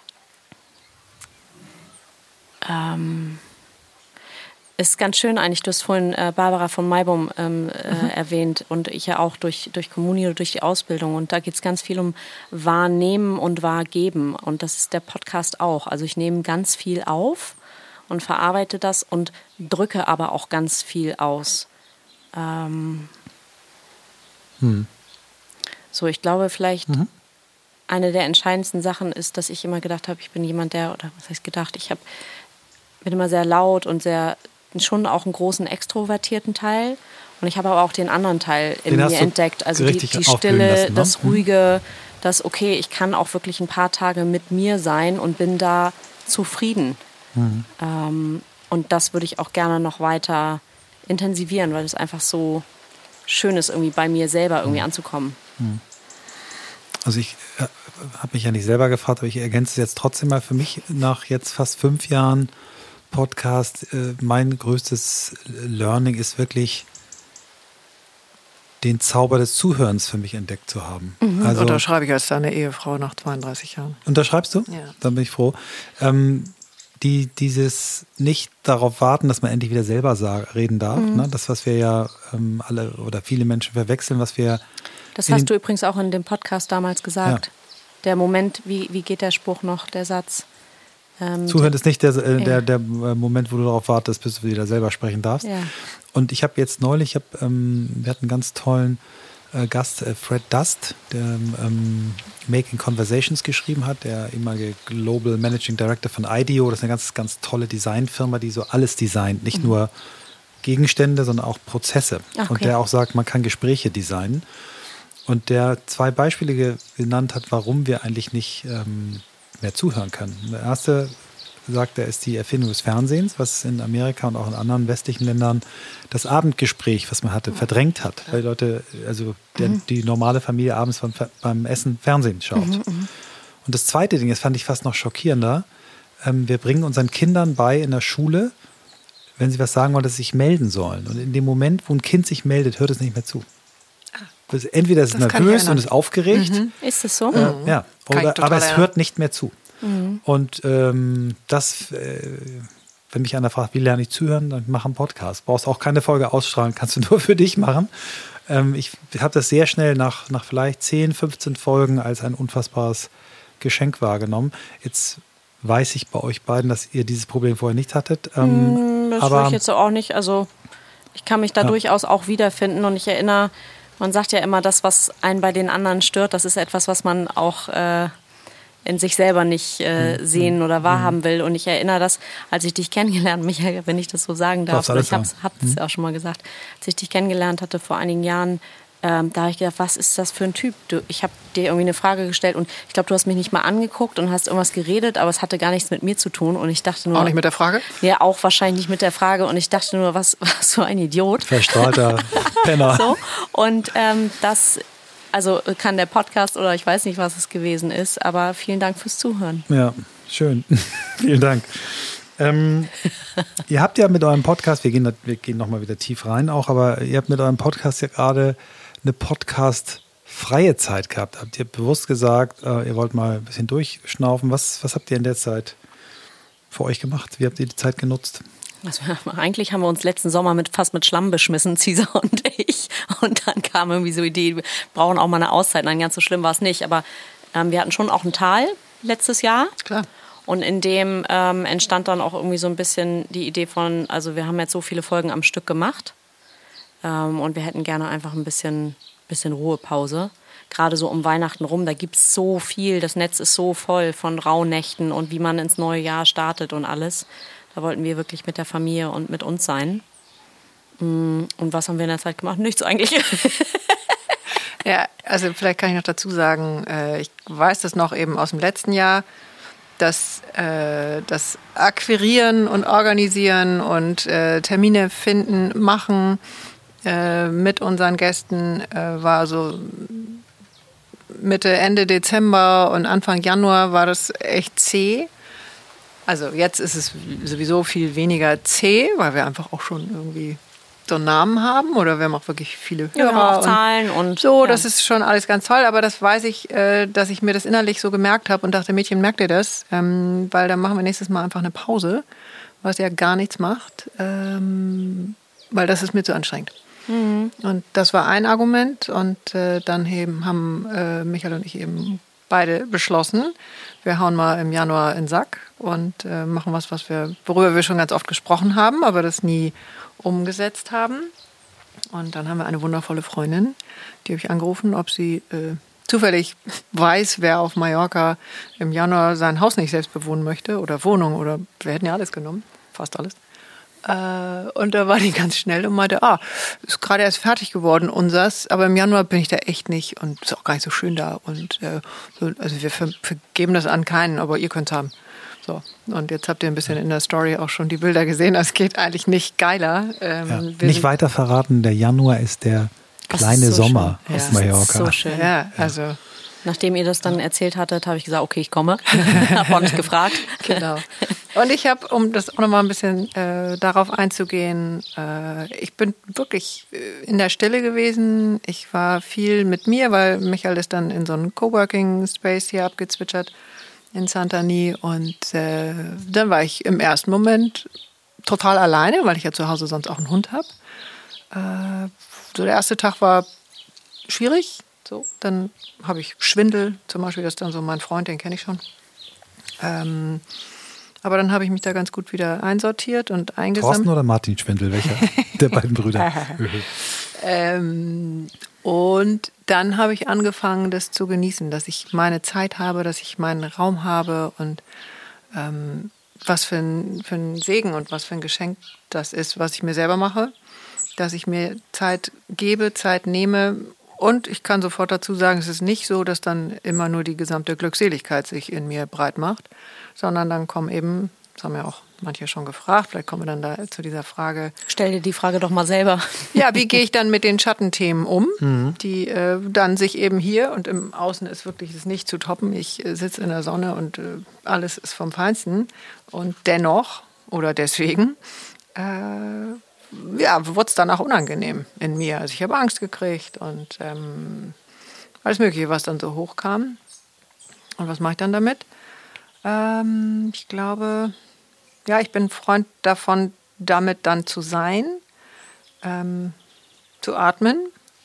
Ähm, ist ganz schön eigentlich, du hast vorhin äh, Barbara von Maibaum ähm, äh, mhm. erwähnt und ich ja auch durch, durch Communio, durch die Ausbildung und da geht es ganz viel um Wahrnehmen und Wahrgeben und das ist der Podcast auch. Also ich nehme ganz viel auf und verarbeite das und drücke aber auch ganz viel aus. Ähm, mhm. So, ich glaube vielleicht... Mhm. Eine der entscheidendsten Sachen ist, dass ich immer gedacht habe, ich bin jemand, der, oder was heißt gedacht, ich hab, bin immer sehr laut und sehr, schon auch einen großen extrovertierten Teil. Und ich habe aber auch den anderen Teil in den mir entdeckt. Also die, die Stille, lassen, ne? das Ruhige, das, okay, ich kann auch wirklich ein paar Tage mit mir sein und bin da zufrieden. Mhm. Ähm, und das würde ich auch gerne noch weiter intensivieren, weil es einfach so schön ist, irgendwie bei mir selber irgendwie mhm. anzukommen. Mhm. Also ich äh, habe mich ja nicht selber gefragt, aber ich ergänze es jetzt trotzdem mal für mich nach jetzt fast fünf Jahren Podcast. Äh, mein größtes Learning ist wirklich, den Zauber des Zuhörens für mich entdeckt zu haben. Mhm. Also, unterschreibe ich als deine Ehefrau nach zweiunddreißig Jahren. Unterschreibst du? Ja. Dann bin ich froh. Ähm, die, dieses nicht darauf warten, dass man endlich wieder selber sagen, reden darf. Mhm. Ne? Das, was wir ja ähm, alle oder viele Menschen verwechseln, was wir Das hast du übrigens auch in dem Podcast damals gesagt. Ja. Der Moment, wie, wie geht der Spruch noch, der Satz? Ähm, Zuhören ist nicht der, äh, der, der Moment, wo du darauf wartest, bis du wieder selber sprechen darfst. Ja. Und ich habe jetzt neulich, ich hab, ähm, wir hatten einen ganz tollen äh, Gast, äh, Fred Dust, der ähm, Making Conversations geschrieben hat, der ehemalige Global Managing Director von IDEO. Das ist eine ganz, ganz tolle Designfirma, die so alles designt, nicht mhm. nur Gegenstände, sondern auch Prozesse. Ach, okay. Und der auch sagt, man kann Gespräche designen. Und der zwei Beispiele genannt hat, warum wir eigentlich nicht ähm, mehr zuhören können. Der erste sagt, er ist die Erfindung des Fernsehens, was in Amerika und auch in anderen westlichen Ländern das Abendgespräch, was man hatte, verdrängt hat. Weil Leute, also der, mhm. die normale Familie abends beim, beim Essen Fernsehen schaut. Mhm, und das zweite Ding, das fand ich fast noch schockierender, ähm, wir bringen unseren Kindern bei in der Schule, wenn sie was sagen wollen, dass sie sich melden sollen. Und in dem Moment, wo ein Kind sich meldet, hört es nicht mehr zu. Entweder ist es nervös und ist aufgeregt. Mhm. Ist es so? Äh, mhm. Ja, oder, aber es hört nicht mehr zu. Mhm. Und ähm, das, äh, wenn mich einer fragt, wie lerne ich zuhören, dann mach einen Podcast. Brauchst auch keine Folge ausstrahlen, kannst du nur für dich machen. Ähm, ich habe das sehr schnell nach, nach vielleicht zehn, fünfzehn Folgen als ein unfassbares Geschenk wahrgenommen. Jetzt weiß ich bei euch beiden, dass ihr dieses Problem vorher nicht hattet. Ähm, das aber will ich jetzt auch nicht. Also ich kann mich da ja. durchaus auch wiederfinden und ich erinnere, man sagt ja immer, das, was einen bei den anderen stört, das ist etwas, was man auch äh, in sich selber nicht äh, mhm. sehen oder wahrhaben will. Und ich erinnere das, als ich dich kennengelernt, Michael, wenn ich das so sagen darf, ich habe es mhm. auch schon mal gesagt, als ich dich kennengelernt hatte vor einigen Jahren, ähm, da habe ich gedacht, was ist das für ein Typ? Du, ich habe dir irgendwie eine Frage gestellt und ich glaube, du hast mich nicht mal angeguckt und hast irgendwas geredet, aber es hatte gar nichts mit mir zu tun. Und ich dachte nur... Auch nicht mit der Frage? Ja, auch wahrscheinlich nicht mit der Frage. Und ich dachte nur, was, was für ein Idiot. Verstrahlter Penner. So. Und ähm, das... Also kann der Podcast oder ich weiß nicht, was es gewesen ist, aber vielen Dank fürs Zuhören. Ja, schön. Vielen Dank. Ähm, ihr habt ja mit eurem Podcast, wir gehen, wir gehen nochmal wieder tief rein auch, aber ihr habt mit eurem Podcast ja gerade eine Podcast-freie Zeit gehabt. Habt ihr bewusst gesagt, äh, ihr wollt mal ein bisschen durchschnaufen. Was, was habt ihr in der Zeit für euch gemacht? Wie habt ihr die Zeit genutzt? Also, eigentlich haben wir uns letzten Sommer mit, fast mit Schlamm beschmissen, Cesar und ich. Und dann kam irgendwie so die Idee, wir brauchen auch mal eine Auszeit. Nein, ganz so schlimm war es nicht. Aber ähm, wir hatten schon auch ein Tal letztes Jahr. Klar. Und in dem ähm, entstand dann auch irgendwie so ein bisschen die Idee von, also wir haben jetzt so viele Folgen am Stück gemacht. Ähm, und wir hätten gerne einfach ein bisschen, bisschen Ruhepause. Gerade so um Weihnachten rum, da gibt es so viel. Das Netz ist so voll von Rauhnächten und wie man ins neue Jahr startet und alles. Da wollten wir wirklich mit der Familie und mit uns sein. Und was haben wir in der Zeit gemacht? Nichts eigentlich. Ja, also vielleicht kann ich noch dazu sagen, ich weiß das noch eben aus dem letzten Jahr, dass das Akquirieren und Organisieren und Termine finden, machen mit unseren Gästen war so Mitte, Ende Dezember und Anfang Januar war das echt zäh. Also jetzt ist es sowieso viel weniger zäh, weil wir einfach auch schon irgendwie so einen Namen haben oder wir haben auch wirklich viele Hörer. Ja, auch Zahlen und so, ja. Das ist schon alles ganz toll, aber das weiß ich, äh, dass ich mir das innerlich so gemerkt habe und dachte, Mädchen, merkt ihr das? Ähm, weil dann machen wir nächstes Mal einfach eine Pause, was ja gar nichts macht, ähm, weil das ist mir zu anstrengend. Mhm. Und das war ein Argument und äh, dann eben haben äh, Michael und ich eben beide beschlossen, wir hauen mal im Januar in den Sack und äh, machen was, was wir, worüber wir schon ganz oft gesprochen haben, aber das nie umgesetzt haben. Und dann haben wir eine wundervolle Freundin, die habe ich angerufen, ob sie äh, zufällig weiß, wer auf Mallorca im Januar sein Haus nicht selbst bewohnen möchte oder Wohnung oder wir hätten ja alles genommen, fast alles. Äh, und da war die ganz schnell und meinte, ah, ist gerade erst fertig geworden, unsers, aber im Januar bin ich da echt nicht und ist auch gar nicht so schön da. Und äh, so, also wir ver- vergeben das an keinen, aber ihr könnt es haben. So, und jetzt habt ihr ein bisschen in der Story auch schon die Bilder gesehen. Das geht eigentlich nicht geiler. Ähm, ja. Nicht weiter verraten, der Januar ist der kleine ist so Sommer schön. auf Ja, Mallorca. das ist so schön. Ja, also... Nachdem ihr das dann erzählt hattet, habe ich gesagt, okay, ich komme. Habe auch nicht gefragt. Genau. Und ich habe, um das auch nochmal ein bisschen äh, darauf einzugehen, äh, ich bin wirklich in der Stille gewesen. Ich war viel mit mir, weil Michael ist dann in so einen Coworking-Space hier abgezwitschert in Santani. Und äh, dann war ich im ersten Moment total alleine, weil ich ja zu Hause sonst auch einen Hund habe. Äh, so der erste Tag war schwierig. So, dann habe ich Schwindel, zum Beispiel, das ist dann so mein Freund, den kenne ich schon. Ähm, aber dann habe ich mich da ganz gut wieder einsortiert und eingesammelt. Thorsten oder Martin Schwindel, welcher der beiden Brüder? ähm, und dann habe ich angefangen, das zu genießen, dass ich meine Zeit habe, dass ich meinen Raum habe und ähm, was für ein, für ein Segen und was für ein Geschenk das ist, was ich mir selber mache, dass ich mir Zeit gebe, Zeit nehme. Und ich kann sofort dazu sagen, es ist nicht so, dass dann immer nur die gesamte Glückseligkeit sich in mir breit macht, sondern dann kommen eben, das haben ja auch manche schon gefragt, vielleicht kommen wir dann da zu dieser Frage. Stell dir die Frage doch mal selber. Ja, wie gehe ich dann mit den Schattenthemen um, mhm. die äh, dann sich eben hier und im Außen ist wirklich das nicht zu toppen. Ich äh, sitze in der Sonne und äh, alles ist vom Feinsten und dennoch oder deswegen äh, ja, wurde es dann auch unangenehm in mir. Also ich habe Angst gekriegt und ähm, alles Mögliche, was dann so hochkam. Und was mache ich dann damit? Ähm, ich glaube, ja, ich bin Freund davon, damit dann zu sein, ähm, zu atmen,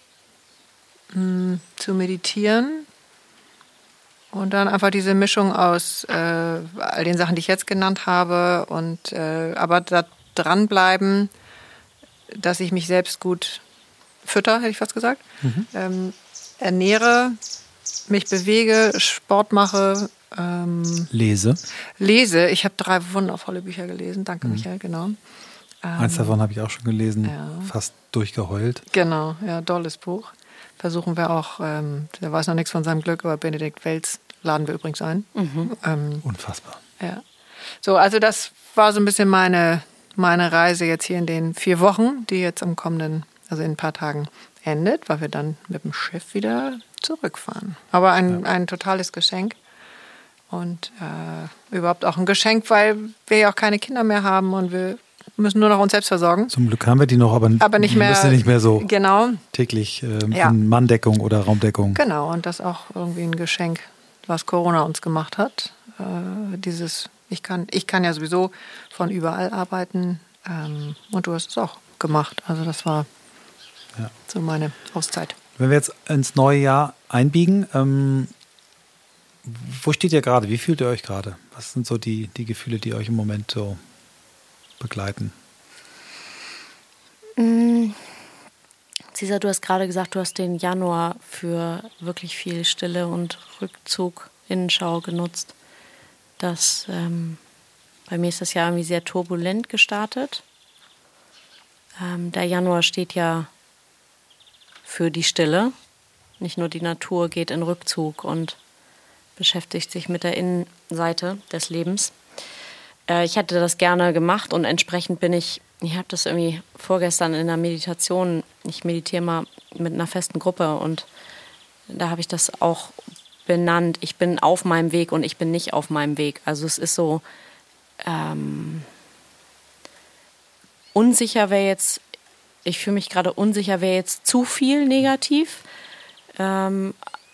mh, zu meditieren und dann einfach diese Mischung aus äh, all den Sachen, die ich jetzt genannt habe und äh, aber da dranbleiben, dass ich mich selbst gut fütter, hätte ich fast gesagt, mhm. ähm, ernähre, mich bewege, Sport mache. Ähm, lese. Lese. Ich habe drei wundervolle Bücher gelesen. Danke, mhm. Michael, genau. Ähm, Eins davon habe ich auch schon gelesen, ja. Fast durchgeheult. Genau, ja, tolles Buch. Versuchen wir auch, ähm, der weiß noch nichts von seinem Glück, aber Benedikt Welz laden wir übrigens ein. Mhm. Ähm, Unfassbar. Ja. So, also das war so ein bisschen meine... meine Reise jetzt hier in den vier Wochen, die jetzt am kommenden, also in ein paar Tagen endet, weil wir dann mit dem Schiff wieder zurückfahren. Aber ein, ja. ein totales Geschenk und äh, überhaupt auch ein Geschenk, weil wir ja auch keine Kinder mehr haben und wir müssen nur noch uns selbst versorgen. Zum Glück haben wir die noch, aber, aber nicht mehr, müssen nicht mehr so genau. täglich äh, ja. in Manndeckung oder Raumdeckung. Genau, und das auch irgendwie ein Geschenk, was Corona uns gemacht hat. Äh, dieses Ich kann, ich kann ja sowieso von überall arbeiten ähm, und du hast es auch gemacht. Also das war ja. so meine Auszeit. Wenn wir jetzt ins neue Jahr einbiegen, ähm, wo steht ihr gerade? Wie fühlt ihr euch gerade? Was sind so die, die Gefühle, die euch im Moment so begleiten? Mm. Cesar, du hast gerade gesagt, du hast den Januar für wirklich viel Stille und Rückzug, Innenschau genutzt. Das, ähm, bei mir ist das Jahr irgendwie sehr turbulent gestartet. Ähm, der Januar steht ja für die Stille. Nicht nur die Natur geht in Rückzug und beschäftigt sich mit der Innenseite des Lebens. Äh, ich hätte das gerne gemacht und entsprechend bin ich, ich habe das irgendwie vorgestern in der Meditation, ich meditiere mal mit einer festen Gruppe und da habe ich das auch benannt. Ich bin auf meinem Weg und ich bin nicht auf meinem Weg. Also es ist so, ähm, unsicher wäre jetzt, ich fühle mich gerade unsicher, wäre jetzt zu viel negativ. Ähm,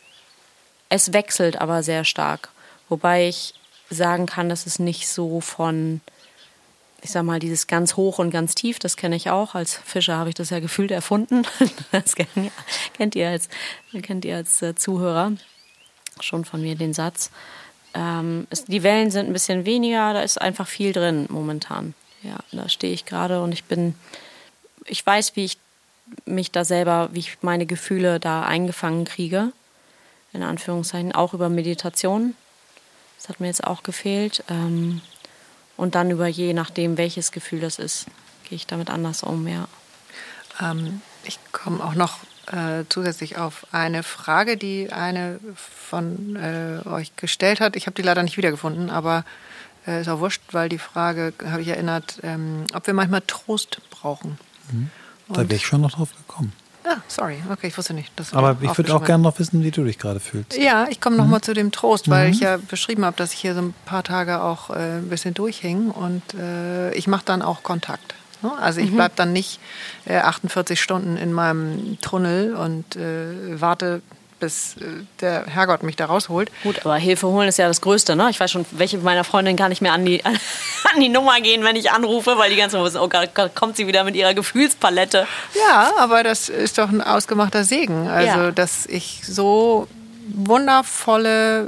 es wechselt aber sehr stark. Wobei ich sagen kann, dass es nicht so von, ich sag mal, dieses ganz hoch und ganz tief, das kenne ich auch. Als Fischer habe ich das ja gefühlt erfunden. Das kennt, kennt ihr als, kennt ihr als äh, Zuhörer schon von mir den Satz. Ähm, es, die Wellen sind ein bisschen weniger, da ist einfach viel drin momentan. Ja, da stehe ich gerade und ich bin, ich weiß, wie ich mich da selber, wie ich meine Gefühle da eingefangen kriege. In Anführungszeichen, auch über Meditation. Das hat mir jetzt auch gefehlt. Ähm, und dann über je nachdem, welches Gefühl das ist, gehe ich damit anders um, ja. Ähm, ich komme auch noch äh, zusätzlich auf eine Frage, die eine von äh, euch gestellt hat. Ich habe die leider nicht wiedergefunden, aber äh, ist auch wurscht, weil die Frage, habe ich erinnert, ähm, ob wir manchmal Trost brauchen. Mhm. Da wäre ich schon noch drauf gekommen. Ah, sorry, okay, ich wusste nicht. Dass Aber ich würde auch gerne noch wissen, wie du dich gerade fühlst. Ja, ich komme noch mhm. mal zu dem Trost, weil mhm. ich ja beschrieben habe, dass ich hier so ein paar Tage auch äh, ein bisschen durchhing und äh, ich mache dann auch Kontakt. Ne? Also ich Mhm. bleibe dann nicht äh, achtundvierzig Stunden in meinem Tunnel und äh, warte, bis äh, der Herrgott mich da rausholt. Gut, aber Hilfe holen ist ja das Größte, ne? Ich weiß schon, welche meiner Freundinnen kann ich mir an die, an, an die Nummer gehen, wenn ich anrufe, weil die ganze Zeit wissen, oh Gott, kommt sie wieder mit ihrer Gefühlspalette. Ja, aber das ist doch ein ausgemachter Segen. Also, Ja. dass ich so wundervolle,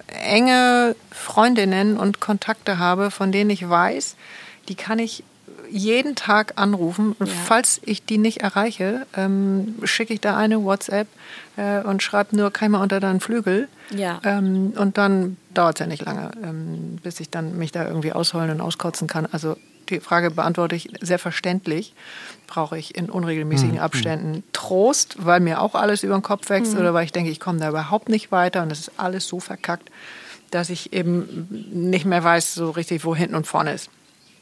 enge Freundinnen und Kontakte habe, von denen ich weiß, die kann ich jeden Tag anrufen. Und Ja. falls ich die nicht erreiche, ähm, schicke ich da eine WhatsApp äh, und schreibe nur, kann ich mal unter deinen Flügel. Ja. Ähm, und dann dauert es ja nicht lange, ähm, bis ich dann mich da irgendwie ausholen und auskotzen kann. Also die Frage beantworte ich sehr verständlich. Brauche ich in unregelmäßigen Mhm. Abständen Trost, weil mir auch alles über den Kopf wächst, mhm. oder weil ich denke, ich komme da überhaupt nicht weiter und es ist alles so verkackt, dass ich eben nicht mehr weiß so richtig, wo hinten und vorne ist.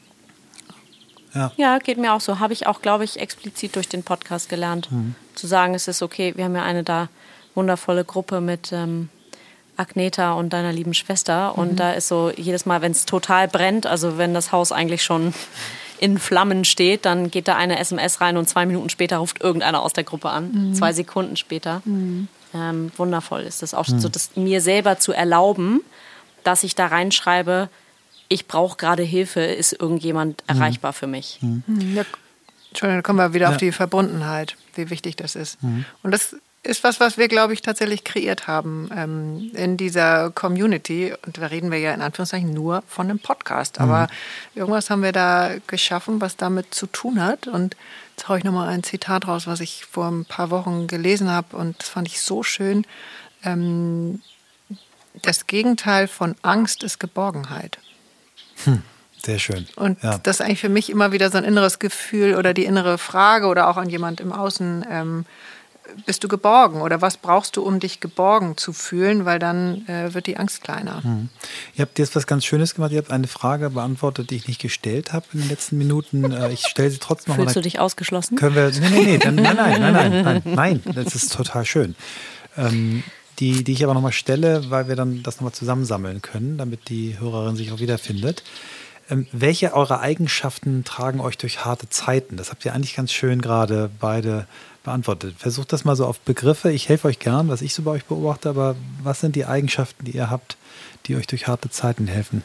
Ja. Ja, geht mir auch so. Habe ich auch, glaube ich, explizit durch den Podcast gelernt. Mhm. Zu sagen, es ist okay. Wir haben ja eine da wundervolle Gruppe mit ähm, Agneta und deiner lieben Schwester. Und mhm. da ist so, jedes Mal, wenn es total brennt, also wenn das Haus eigentlich schon in Flammen steht, dann geht da eine S M S rein und zwei Minuten später ruft irgendeiner aus der Gruppe an. Mhm. Zwei Sekunden später. Mhm. Ähm, wundervoll ist das auch, mhm. so das mir selber zu erlauben, dass ich da reinschreibe, ich brauche gerade Hilfe, ist irgendjemand mhm. erreichbar für mich. Mhm. Ja, Entschuldigung, da kommen wir wieder ja. auf die Verbundenheit, wie wichtig das ist. Mhm. Und das ist was, was wir, glaube ich, tatsächlich kreiert haben ähm, in dieser Community. Und da reden wir ja in Anführungszeichen nur von einem Podcast. Mhm. Aber irgendwas haben wir da geschaffen, was damit zu tun hat. Und jetzt haue ich nochmal ein Zitat raus, was ich vor ein paar Wochen gelesen habe. Und das fand ich so schön. Ähm, das Gegenteil von Angst ist Geborgenheit. Hm, sehr schön. Und ja. das ist eigentlich für mich immer wieder so ein inneres Gefühl oder die innere Frage oder auch an jemand im Außen, ähm, bist du geborgen oder was brauchst du, um dich geborgen zu fühlen, weil dann äh, wird die Angst kleiner. Hm. Ihr habt jetzt was ganz Schönes gemacht, ihr habt eine Frage beantwortet, die ich nicht gestellt habe in den letzten Minuten. Äh, ich stelle sie trotzdem noch mal. Fühlst du dich ausgeschlossen? Können wir, nee, nee, nee, dann, nein, nein, nein, nein, nein, nein, das ist total schön. Ähm, Die, die ich aber nochmal stelle, weil wir dann das nochmal zusammensammeln können, damit die Hörerin sich auch wiederfindet. Ähm, welche eurer Eigenschaften tragen euch durch harte Zeiten? Das habt ihr eigentlich ganz schön gerade beide beantwortet. Versucht das mal so auf Begriffe. Ich helfe euch gern, was ich so bei euch beobachte, aber was sind die Eigenschaften, die ihr habt, die euch durch harte Zeiten helfen?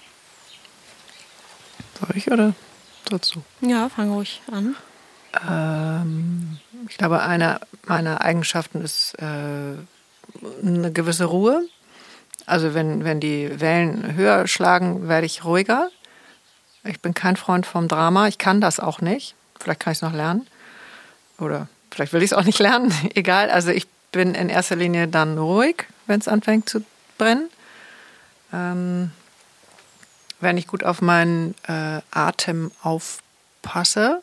Soll ich oder sollst du? Ja, fang ruhig an. Ähm, ich glaube, eine meiner Eigenschaften ist äh, eine gewisse Ruhe. Also wenn, wenn die Wellen höher schlagen, werde ich ruhiger. Ich bin kein Freund vom Drama. Ich kann das auch nicht. Vielleicht kann ich es noch lernen. Oder vielleicht will ich es auch nicht lernen. Egal. Also ich bin in erster Linie dann ruhig, wenn es anfängt zu brennen. Ähm, wenn ich gut auf meinen äh, Atem aufpasse,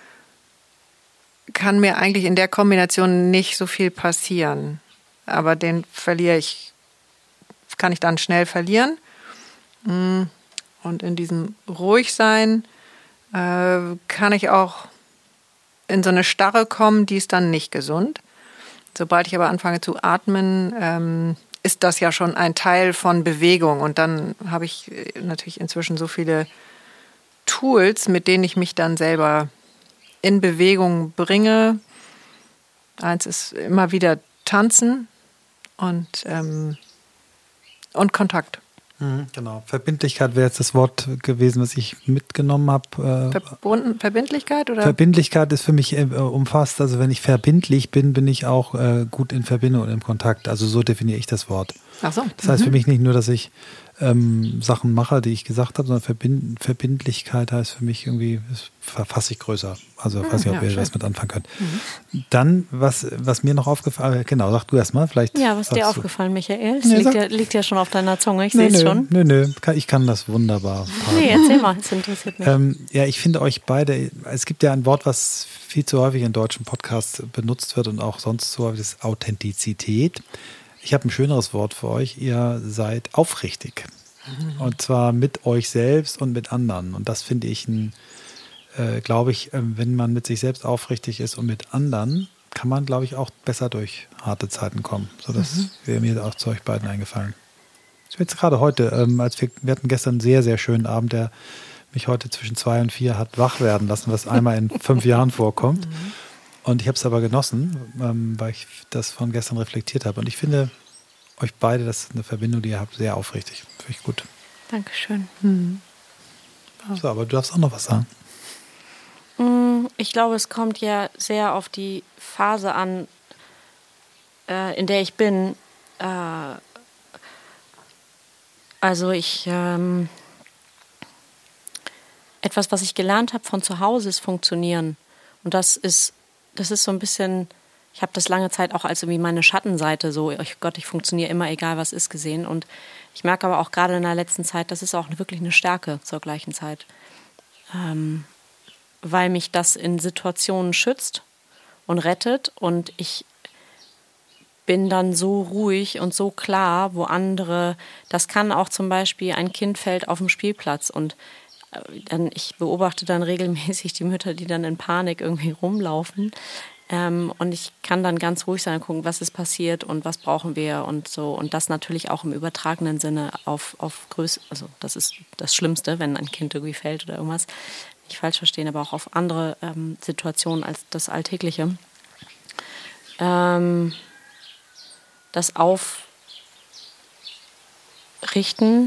kann mir eigentlich in der Kombination nicht so viel passieren. Aber den verliere ich, kann ich dann schnell verlieren. Und in diesem Ruhigsein äh, kann ich auch in so eine Starre kommen, die ist dann nicht gesund. sobald ich aber anfange zu atmen, ähm, ist das ja schon ein Teil von Bewegung. Und dann habe ich natürlich inzwischen so viele Tools, mit denen ich mich dann selber in Bewegung bringe. Eins ist immer wieder tanzen und, ähm, und Kontakt. Mhm, genau. Verbindlichkeit wäre jetzt das Wort gewesen, was ich mitgenommen habe. Verbunden, Verbindlichkeit? Oder? Verbindlichkeit ist für mich äh, umfasst, also wenn ich verbindlich bin, bin ich auch äh, gut in Verbindung und im Kontakt. Also so definiere ich das Wort. Ach so. Das heißt mhm. für mich nicht nur, dass ich ähm, Sachen mache, die ich gesagt habe, sondern Verbind Verbindlichkeit heißt für mich irgendwie, das verfasse ich größer. Also ich weiß nicht, ob ja, ihr schön. das mit anfangen könnt. Mhm. Dann, was, was mir noch aufgefallen ist, genau, sag du erst mal. Vielleicht ja, was ist dir du. aufgefallen, Michael? Es Nee, liegt, sag- ja, liegt ja schon auf deiner Zunge, ich Nö, sehe es nö, schon. nö, nö, kann- ich kann das wunderbar. Nee, erzähl mal, es interessiert mich. Ähm, ja, ich finde euch beide, es gibt ja ein Wort, was viel zu häufig in deutschen Podcasts benutzt wird und auch sonst so häufig, das ist Authentizität. Ich habe ein schöneres Wort für euch, ihr seid aufrichtig. Mhm. Und zwar mit euch selbst und mit anderen. Und das finde ich, ein, äh, glaube ich, äh, wenn man mit sich selbst aufrichtig ist und mit anderen, kann man, glaube ich, auch besser durch harte Zeiten kommen. So, das mhm. wäre mir auch zu euch beiden eingefallen. Ich bin jetzt gerade heute, ähm, als wir, wir hatten gestern einen sehr, sehr schönen Abend, der mich heute zwischen zwei und vier hat wach werden lassen, was einmal in fünf Jahren vorkommt. Mhm. Und ich habe es aber genossen, ähm, weil ich das von gestern reflektiert habe. Und ich finde euch beide, das ist eine Verbindung, die ihr habt, sehr aufrichtig. Finde ich gut. Dankeschön. Mhm. So, aber du darfst auch noch was sagen. Ich glaube, es kommt ja sehr auf die Phase an, äh, in der ich bin. Äh, also ich... Ähm, etwas, was ich gelernt habe von zu Hause, ist funktionieren. Und das ist, das ist so ein bisschen, ich habe das lange Zeit auch als irgendwie meine Schattenseite, so, oh Gott, ich funktioniere immer, egal was ist, gesehen. Und ich merke aber auch gerade in der letzten Zeit, das ist auch wirklich eine Stärke zur gleichen Zeit. Ähm, weil mich das in Situationen schützt und rettet und ich bin dann so ruhig und so klar, wo andere, das kann auch zum Beispiel, ein Kind fällt auf dem Spielplatz und dann, ich beobachte dann regelmäßig die Mütter, die dann in Panik irgendwie rumlaufen. Ähm, und ich kann dann ganz ruhig sein und gucken, was ist passiert und was brauchen wir und so. Und das natürlich auch im übertragenen Sinne auf, auf Größe, also das ist das Schlimmste, wenn ein Kind irgendwie fällt oder irgendwas. Nicht falsch verstehen, aber auch auf andere ähm, Situationen als das Alltägliche. Ähm, das Aufrichten.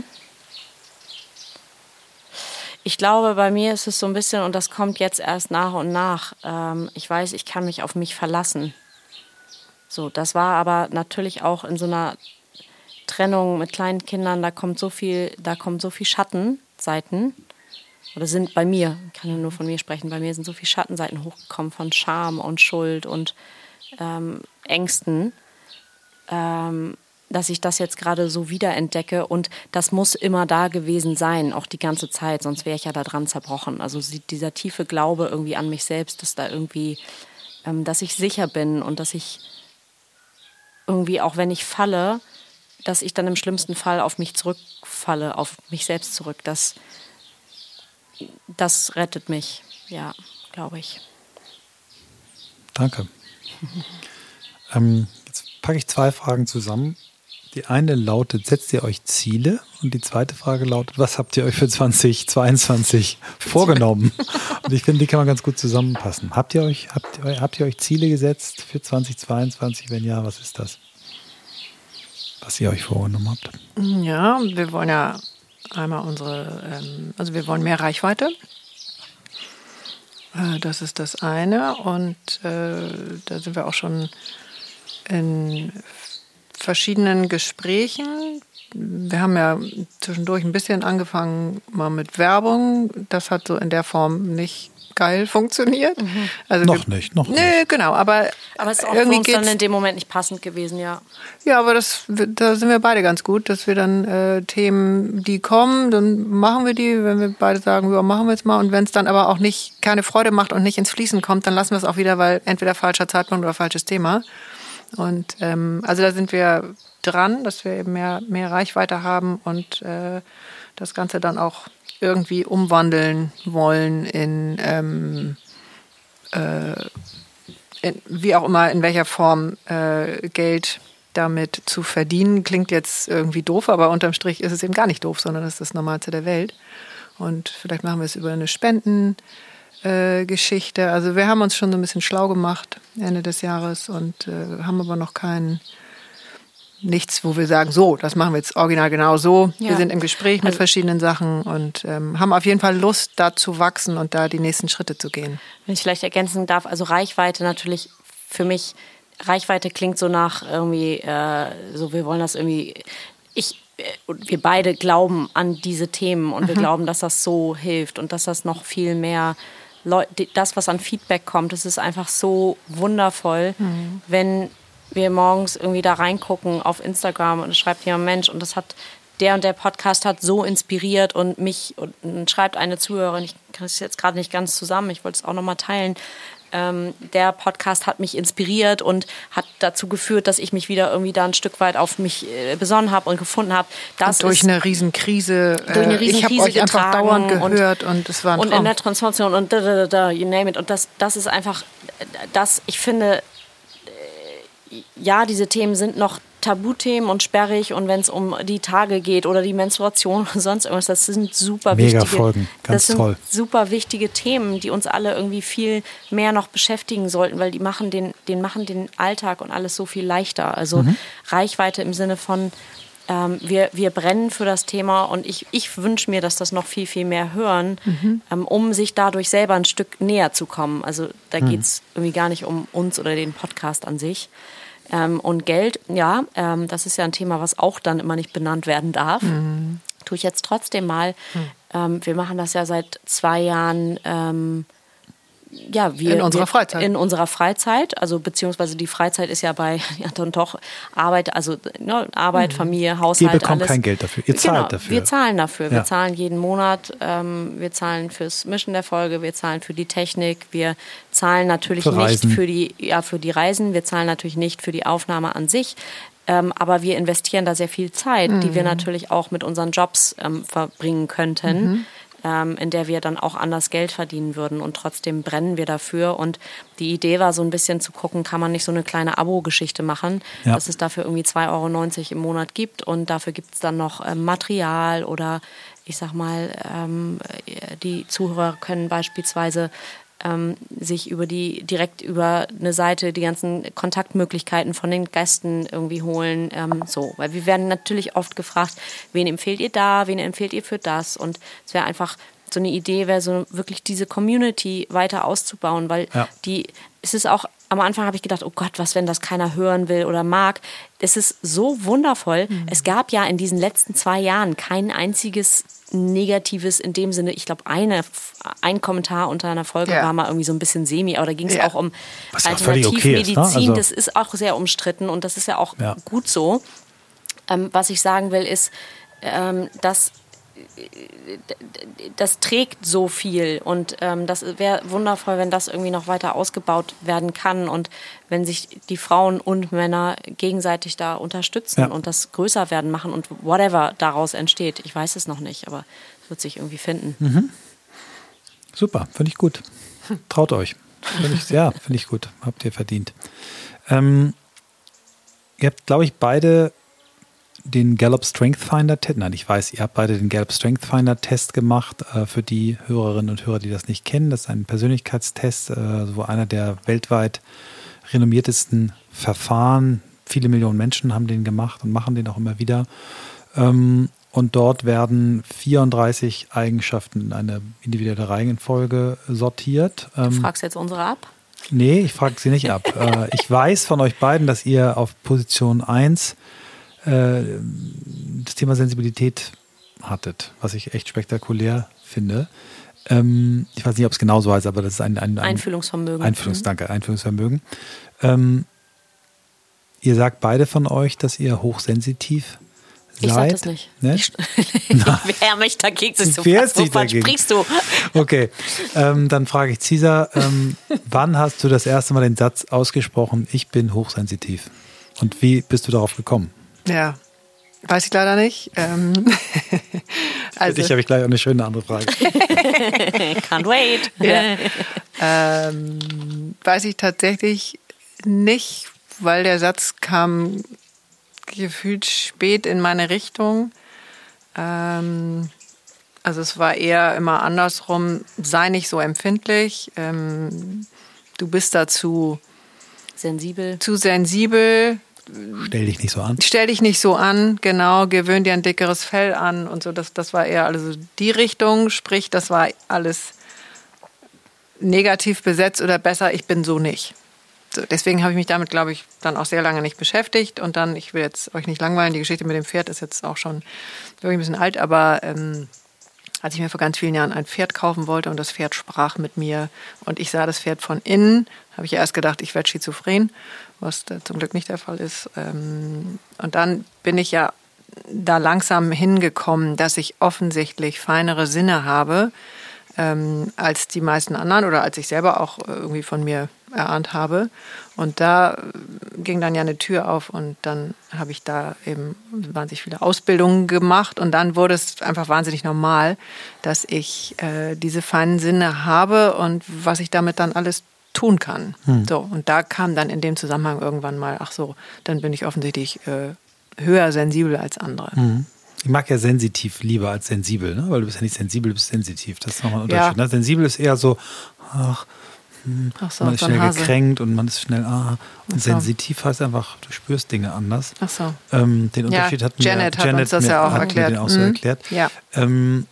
Ich glaube, bei mir ist es so ein bisschen, und das kommt jetzt erst nach und nach, ähm, ich weiß, ich kann mich auf mich verlassen. So, das war aber natürlich auch in so einer Trennung mit kleinen Kindern, da kommt so viel, da kommt so viel Schattenseiten, oder sind bei mir, ich kann ja nur von mir sprechen, bei mir sind so viele Schattenseiten hochgekommen von Scham und Schuld und ähm, Ängsten, ähm, dass ich das jetzt gerade so wiederentdecke und das muss immer da gewesen sein, auch die ganze Zeit, sonst wäre ich ja da dran zerbrochen. Also dieser tiefe Glaube irgendwie an mich selbst, dass da irgendwie, ähm, dass ich sicher bin und dass ich irgendwie, auch wenn ich falle, dass ich dann im schlimmsten Fall auf mich zurückfalle, auf mich selbst zurück. Das, das rettet mich, ja, glaube ich. Danke. ähm, jetzt packe ich zwei Fragen zusammen. Die eine lautet, setzt ihr euch Ziele? Und die zweite Frage lautet, was habt ihr euch für zwanzig zweiundzwanzig vorgenommen? Und ich finde, die kann man ganz gut zusammenpassen. Habt ihr euch, habt, habt ihr euch Ziele gesetzt für zwanzig zweiundzwanzig? Wenn ja, was ist das? Was ihr euch vorgenommen habt? Ja, wir wollen ja einmal unsere, ähm, also wir wollen mehr Reichweite. Äh, das ist das eine. Und äh, da sind wir auch schon in verschiedenen Gesprächen. Wir haben ja zwischendurch ein bisschen angefangen mal mit Werbung. Das hat so in der Form nicht geil funktioniert. Mhm. Also noch wir, nicht, noch nicht. Nee, genau. Aber, aber es ist auch irgendwie für uns dann in dem Moment nicht passend gewesen, ja. Ja, aber das, da sind wir beide ganz gut, dass wir dann äh, Themen, die kommen, dann machen wir die, wenn wir beide sagen, ja, machen wir jetzt mal. Und wenn es dann aber auch nicht keine Freude macht und nicht ins Fließen kommt, dann lassen wir es auch wieder, weil entweder falscher Zeitpunkt oder falsches Thema. Und ähm, also da sind wir dran, dass wir eben mehr, mehr Reichweite haben und äh, das Ganze dann auch irgendwie umwandeln wollen in ähm, äh, in, wie auch immer, in welcher Form äh, Geld damit zu verdienen, klingt jetzt irgendwie doof, aber unterm Strich ist es eben gar nicht doof, sondern das ist das Normalste der Welt. Und vielleicht machen wir es über eine Spendengeschichte. Äh, also wir haben uns schon so ein bisschen schlau gemacht Ende des Jahres und äh, haben aber noch keinen nichts, wo wir sagen, so, das machen wir jetzt original genau so. Ja. Wir sind im Gespräch mit also, verschiedenen Sachen und ähm, haben auf jeden Fall Lust, da zu wachsen und da die nächsten Schritte zu gehen. Wenn ich vielleicht ergänzen darf, also Reichweite natürlich für mich, Reichweite klingt so nach irgendwie, äh, so wir wollen das irgendwie, ich, äh, wir beide glauben an diese Themen und mhm. wir glauben, dass das so hilft und dass das noch viel mehr, Leu- das, was an Feedback kommt, das ist einfach so wundervoll, mhm. wenn wir morgens irgendwie da reingucken auf Instagram und es schreibt jemand, Mensch, und das hat, der und der Podcast hat so inspiriert und mich, und, und schreibt eine Zuhörerin, ich kann es jetzt gerade nicht ganz zusammen, ich wollte es auch nochmal teilen, ähm, der Podcast hat mich inspiriert und hat dazu geführt, dass ich mich wieder irgendwie da ein Stück weit auf mich äh, besonnen habe und gefunden habe. Das durch ist, eine Riesenkrise, durch eine Riesenkrise ich habe euch einfach dauernd gehört und, und es war ein Und Traum. in der Transformation und da, da, da, you name it. Und das, das ist einfach, das, ich finde, ja, diese Themen sind noch Tabuthemen und sperrig und wenn es um die Tage geht oder die Menstruation oder sonst irgendwas, das sind super Mega wichtige, Folgen. Ganz das sind toll. super wichtige Themen, die uns alle irgendwie viel mehr noch beschäftigen sollten, weil die machen den, den machen den Alltag und alles so viel leichter. Also mhm. Reichweite im Sinne von ähm, wir, wir brennen für das Thema und ich, ich wünsche mir, dass das noch viel, viel mehr hören, mhm. ähm, um sich dadurch selber ein Stück näher zu kommen. Also da mhm. geht es irgendwie gar nicht um uns oder den Podcast an sich. Ähm, und Geld, ja, ähm, das ist ja ein Thema, was auch dann immer nicht benannt werden darf. Mhm. Tue ich jetzt trotzdem mal. Mhm. Ähm, wir machen das ja seit zwei Jahren ähm, ja, wir, in unserer wir, Freizeit. In unserer Freizeit, also beziehungsweise die Freizeit ist ja bei ja, dann doch Arbeit, also ne, Arbeit, mhm. Familie, Haushalt, Ihr bekommt alles. kein Geld dafür, ihr zahlt genau, dafür. Wir zahlen dafür, ja. wir zahlen jeden Monat, ähm, wir zahlen fürs Mischen der Folge, wir zahlen für die Technik, wir zahlen natürlich für nicht für die, ja, für die Reisen, wir zahlen natürlich nicht für die Aufnahme an sich. Ähm, aber wir investieren da sehr viel Zeit, mhm. die wir natürlich auch mit unseren Jobs ähm, verbringen könnten. Mhm. Ähm, in der wir dann auch anders Geld verdienen würden und trotzdem brennen wir dafür und die Idee war so ein bisschen zu gucken, kann man nicht so eine kleine Abo-Geschichte machen, ja. dass es dafür irgendwie zwei Euro neunzig im Monat gibt und dafür gibt es dann noch ähm, Material oder ich sag mal, ähm, die Zuhörer können beispielsweise Ähm, sich über die direkt über eine Seite die ganzen Kontaktmöglichkeiten von den Gästen irgendwie holen, ähm, so, weil wir werden natürlich oft gefragt, wen empfehlt ihr da, wen empfehlt ihr für das und es wäre einfach so eine Idee, wäre so wirklich diese Community weiter auszubauen, weil ja. die, es ist auch, am Anfang habe ich gedacht, oh Gott, was, wenn das keiner hören will oder mag. Es ist so wundervoll. Mhm. Es gab ja in diesen letzten zwei Jahren kein einziges Negatives in dem Sinne. Ich glaube, eine, ein Kommentar unter einer Folge ja. war mal irgendwie so ein bisschen semi, aber da ging es ja. auch um Alternativmedizin. Okay ne? also das ist auch sehr umstritten und das ist ja auch ja. gut so. Ähm, was ich sagen will, ist, ähm, dass das trägt so viel und ähm, das wäre wundervoll, wenn das irgendwie noch weiter ausgebaut werden kann und wenn sich die Frauen und Männer gegenseitig da unterstützen ja. und das größer werden machen und whatever daraus entsteht. Ich weiß es noch nicht, aber es wird sich irgendwie finden. Mhm. Super, finde ich gut. Traut euch. Find ich, ja, finde ich gut. Habt ihr verdient. Ähm, ihr habt, glaube ich, beide den Gallup Strength Finder Test, nein, ich weiß, ihr habt beide den Gallup Strength Finder Test gemacht, äh, für die Hörerinnen und Hörer, die das nicht kennen. Das ist ein Persönlichkeitstest, äh, wo einer der weltweit renommiertesten Verfahren, viele Millionen Menschen haben den gemacht und machen den auch immer wieder. Ähm, und dort werden vierunddreißig Eigenschaften in eine individuelle Reihenfolge sortiert. Ähm, du fragst jetzt unsere ab? Nee, ich frage sie nicht ab. äh, ich weiß von euch beiden, dass ihr auf Position eins das Thema Sensibilität hattet, was ich echt spektakulär finde. Ähm, ich weiß nicht, ob es genau so heißt, aber das ist ein, ein, ein Einfühlungsvermögen. Einfühlungs, mhm. Danke, Einfühlungsvermögen. Ähm, ihr sagt beide von euch, dass ihr hochsensitiv seid. Ich sag das nicht. Ne? Ich, ich wehre mich dagegen. So was sprichst du? Okay, ähm, dann frage ich Cesar, ähm, wann hast du das erste Mal den Satz ausgesprochen, ich bin hochsensitiv? Und wie bist du darauf gekommen? Ja, weiß ich leider nicht. Ähm, also, Für dich habe ich gleich auch eine schöne andere Frage. Can't wait. Ja. ähm, weiß ich tatsächlich nicht, weil der Satz kam gefühlt spät in meine Richtung. Ähm, also es war eher immer andersrum, sei nicht so empfindlich, ähm, du bist dazu sensibel. Zu sensibel. Stell dich nicht so an. Stell dich nicht so an, genau, gewöhn dir ein dickeres Fell an und so. Das, das war eher also die Richtung, sprich, das war alles negativ besetzt oder besser, ich bin so nicht. So, deswegen habe ich mich damit, glaube ich, dann auch sehr lange nicht beschäftigt. Und dann, ich will jetzt euch nicht langweilen, die Geschichte mit dem Pferd ist jetzt auch schon wirklich ein bisschen alt, aber ähm, als ich mir vor ganz vielen Jahren ein Pferd kaufen wollte und das Pferd sprach mit mir und ich sah das Pferd von innen, habe ich erst gedacht, ich werde schizophren, was da zum Glück nicht der Fall ist. Und dann bin ich ja da langsam hingekommen, dass ich offensichtlich feinere Sinne habe ähm, als die meisten anderen oder als ich selber auch irgendwie von mir erahnt habe. Und da ging dann ja eine Tür auf und dann habe ich da eben wahnsinnig viele Ausbildungen gemacht und dann wurde es einfach wahnsinnig normal, dass ich äh, diese feinen Sinne habe und was ich damit dann alles tun kann. Hm. So, und da kam dann in dem Zusammenhang irgendwann mal, ach so, dann bin ich offensichtlich äh, höher sensibel als andere. Hm. Ich mag ja sensitiv lieber als sensibel, ne? Weil du bist ja nicht sensibel, du bist sensitiv. Das ist nochmal ein Unterschied. Ja. Ne? Sensibel ist eher so, ach, hm, ach so, man ist schnell gekränkt und man ist schnell, ah. Und so. Sensitiv heißt einfach, du spürst Dinge anders. Ach so. Ähm, den Unterschied ja, hat mir Janet, hat Janet uns das mir, ja auch hat erklärt. Mir den auch so mhm. erklärt. Ja. Ähm,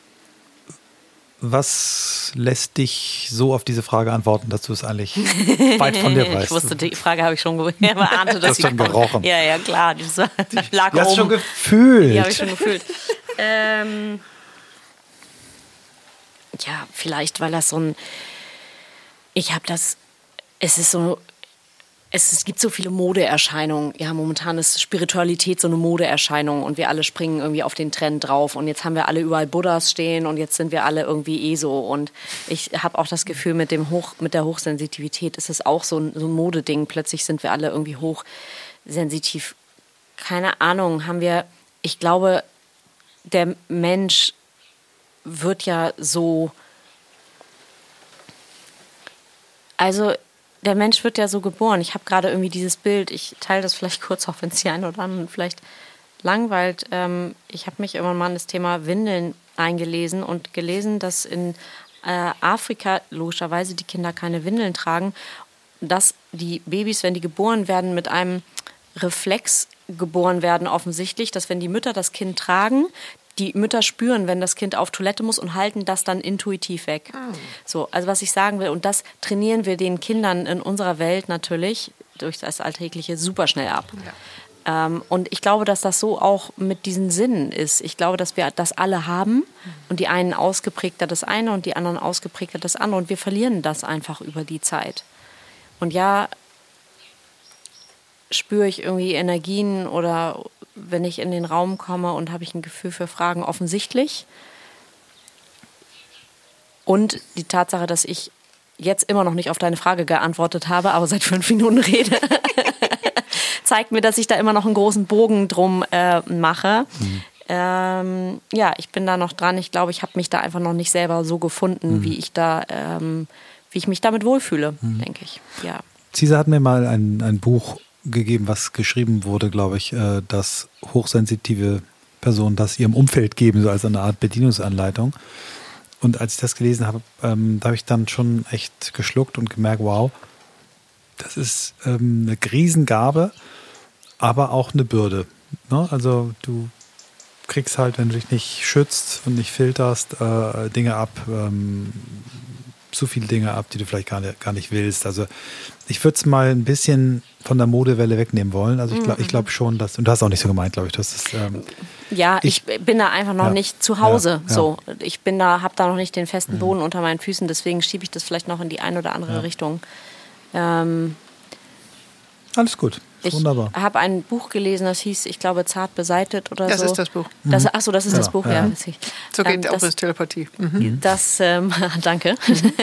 Was lässt dich so auf diese Frage antworten, dass du es eigentlich weit von dir weißt? Ich wusste, die Frage habe ich schon geahnt. Du hast schon gerochen. Ja, ja, klar. Die lag du hast oben. schon gefühlt. Die habe ich schon gefühlt. ähm, ja, vielleicht, weil das so ein... Ich habe das... Es ist so... Es, es gibt so viele Modeerscheinungen. Ja, momentan ist Spiritualität so eine Modeerscheinung und wir alle springen irgendwie auf den Trend drauf. Und jetzt haben wir alle überall Buddhas stehen und jetzt sind wir alle irgendwie eh so. Und ich habe auch das Gefühl, mit, dem Hoch, mit der Hochsensitivität ist es auch so ein, so ein Modeding. Plötzlich sind wir alle irgendwie hochsensitiv. Keine Ahnung, haben wir... Ich glaube, der Mensch wird ja so... Also... Der Mensch wird ja so geboren. Ich habe gerade irgendwie dieses Bild, ich teile das vielleicht kurz, auch wenn es die einen oder anderen vielleicht langweilt. Ähm, ich habe mich irgendwann mal in das Thema Windeln eingelesen und gelesen, dass in äh, Afrika logischerweise die Kinder keine Windeln tragen, dass die Babys, wenn die geboren werden, mit einem Reflex geboren werden offensichtlich, dass wenn die Mütter das Kind tragen, die Mütter spüren, wenn das Kind auf Toilette muss und halten das dann intuitiv weg. Oh. So, also was ich sagen will, und das trainieren wir den Kindern in unserer Welt natürlich durch das Alltägliche super schnell ab. Ja. Ähm, und ich glaube, dass das so auch mit diesen Sinnen ist. Ich glaube, dass wir das alle haben und die einen ausgeprägter das eine und die anderen ausgeprägter das andere und wir verlieren das einfach über die Zeit. Und ja, spüre ich irgendwie Energien oder wenn ich in den Raum komme und habe ich ein Gefühl für Fragen, offensichtlich. Und die Tatsache, dass ich jetzt immer noch nicht auf deine Frage geantwortet habe, aber seit fünf Minuten rede, zeigt mir, dass ich da immer noch einen großen Bogen drum äh, mache. Mhm. Ähm, ja, ich bin da noch dran. Ich glaube, ich habe mich da einfach noch nicht selber so gefunden, mhm. wie ich da, ähm, wie ich mich damit wohlfühle, mhm. denke ich. Ja. Cesar hat mir mal ein, ein Buch gegeben, was geschrieben wurde, glaube ich, dass hochsensitive Personen das ihrem Umfeld geben, so als eine Art Bedienungsanleitung. Und als ich das gelesen habe, ähm, da habe ich dann schon echt geschluckt und gemerkt, wow, das ist ähm, eine Riesengabe, aber auch eine Bürde. Ne? Also du kriegst halt, wenn du dich nicht schützt und nicht filterst, äh, Dinge ab, ähm, zu viele Dinge ab, die du vielleicht gar nicht, gar nicht willst. Also ich würde es mal ein bisschen von der Modewelle wegnehmen wollen. Also ich glaube ich glaub schon, dass, und du hast auch nicht so gemeint, glaube ich. Das ist, ähm, ja, ich, ich bin da einfach noch ja, nicht zu Hause. Ja, ja. So, ich bin da, habe da noch nicht den festen Boden mhm. unter meinen Füßen, deswegen schiebe ich das vielleicht noch in die eine oder andere ja. Richtung. Ähm, Alles gut. Ich Wunderbar. habe ein Buch gelesen, das hieß, ich glaube, Zart beseitet oder das so. Das ist das Buch. Das, achso, das ist ja, das Buch, ja. ja. So geht ähm, auch das Telepathie. Mhm. Das, ähm, danke. Mhm.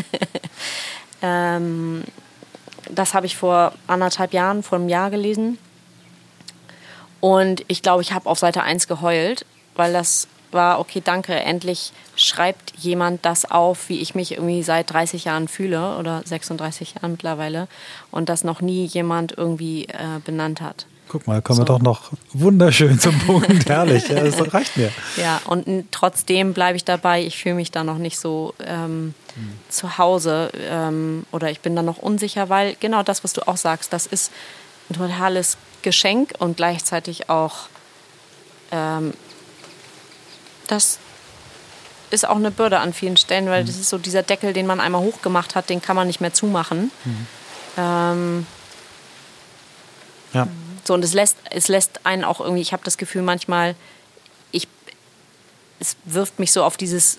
ähm, das habe ich vor anderthalb Jahren, vor einem Jahr gelesen. Und ich glaube, ich habe auf Seite eins geheult, weil das war, okay, danke, endlich schreibt jemand das auf, wie ich mich irgendwie seit dreißig Jahren fühle oder sechsunddreißig Jahren mittlerweile und das noch nie jemand irgendwie äh, benannt hat. Guck mal, kommen So. wir doch noch wunderschön zum Punkt. Herrlich, ja, das reicht mir. Ja, und n- trotzdem bleibe ich dabei, ich fühle mich da noch nicht so ähm, hm. zu Hause ähm, oder ich bin da noch unsicher, weil genau das, was du auch sagst, das ist ein totales Geschenk und gleichzeitig auch ähm, das ist auch eine Bürde an vielen Stellen, weil mhm. das ist so dieser Deckel, den man einmal hochgemacht hat, den kann man nicht mehr zumachen. Mhm. Ähm, ja. So, und es lässt, es lässt einen auch irgendwie, ich habe das Gefühl manchmal, ich, es wirft mich so auf dieses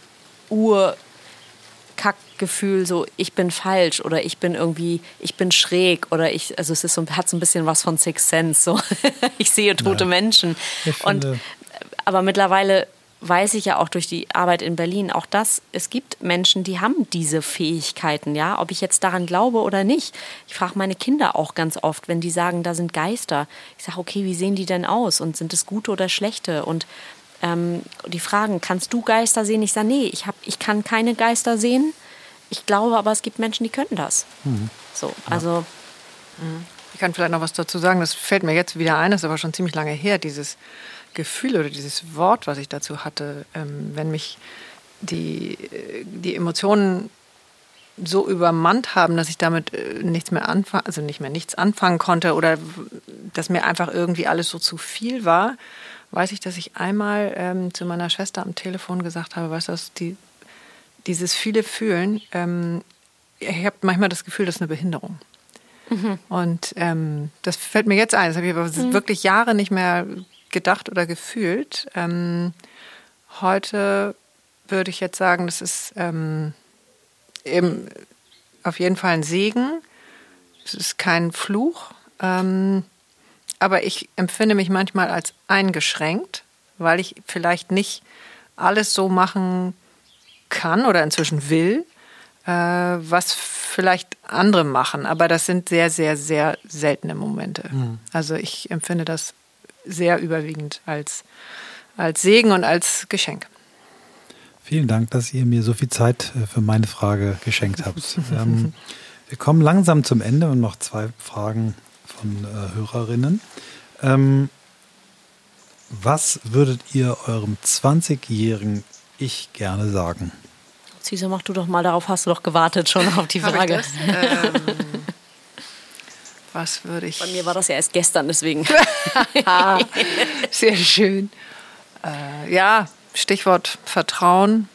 Ur-Kack-Gefühl, so ich bin falsch oder ich bin irgendwie, ich bin schräg oder ich, also es ist so, hat so ein bisschen was von Sixth Sense, so ich sehe tote ja. Menschen. Und, aber mittlerweile weiß ich ja auch durch die Arbeit in Berlin auch das, es gibt Menschen, die haben diese Fähigkeiten, ja, ob ich jetzt daran glaube oder nicht. Ich frage meine Kinder auch ganz oft, wenn die sagen, da sind Geister. Ich sage, okay, wie sehen die denn aus und sind es gute oder schlechte? Und ähm, die fragen, kannst du Geister sehen? Ich sage, nee, ich, hab, ich kann keine Geister sehen. Ich glaube aber, es gibt Menschen, die könnten das. Mhm. So, also... Ja. Ich kann vielleicht noch was dazu sagen, das fällt mir jetzt wieder ein, das ist aber schon ziemlich lange her, dieses Gefühl oder dieses Wort, was ich dazu hatte, ähm, wenn mich die, die Emotionen so übermannt haben, dass ich damit äh, nichts mehr anfangen, also nicht mehr nichts anfangen konnte oder dass mir einfach irgendwie alles so zu viel war, weiß ich, dass ich einmal ähm, zu meiner Schwester am Telefon gesagt habe, weißt du, die, dieses viele Fühlen, ähm, ich habe manchmal das Gefühl, das ist eine Behinderung. Mhm. Und ähm, das fällt mir jetzt ein, das habe ich aber mhm. wirklich Jahre nicht mehr gedacht oder gefühlt. Ähm, heute würde ich jetzt sagen, das ist ähm, eben auf jeden Fall ein Segen. Es ist kein Fluch. Ähm, aber ich empfinde mich manchmal als eingeschränkt, weil ich vielleicht nicht alles so machen kann oder inzwischen will, äh, was vielleicht andere machen. Aber das sind sehr, sehr, sehr seltene Momente. Mhm. Also ich empfinde das sehr überwiegend als, als Segen und als Geschenk. Vielen Dank, dass ihr mir so viel Zeit für meine Frage geschenkt habt. ähm, wir kommen langsam zum Ende und noch zwei Fragen von äh, Hörerinnen. Ähm, was würdet ihr eurem zwanzigjährigen Ich gerne sagen? Cesar, mach du doch mal, darauf hast du doch gewartet schon auf die Frage. ähm, was würde ich... Bei mir war das ja erst gestern, deswegen. Sehr schön. Äh, ja, Stichwort Vertrauen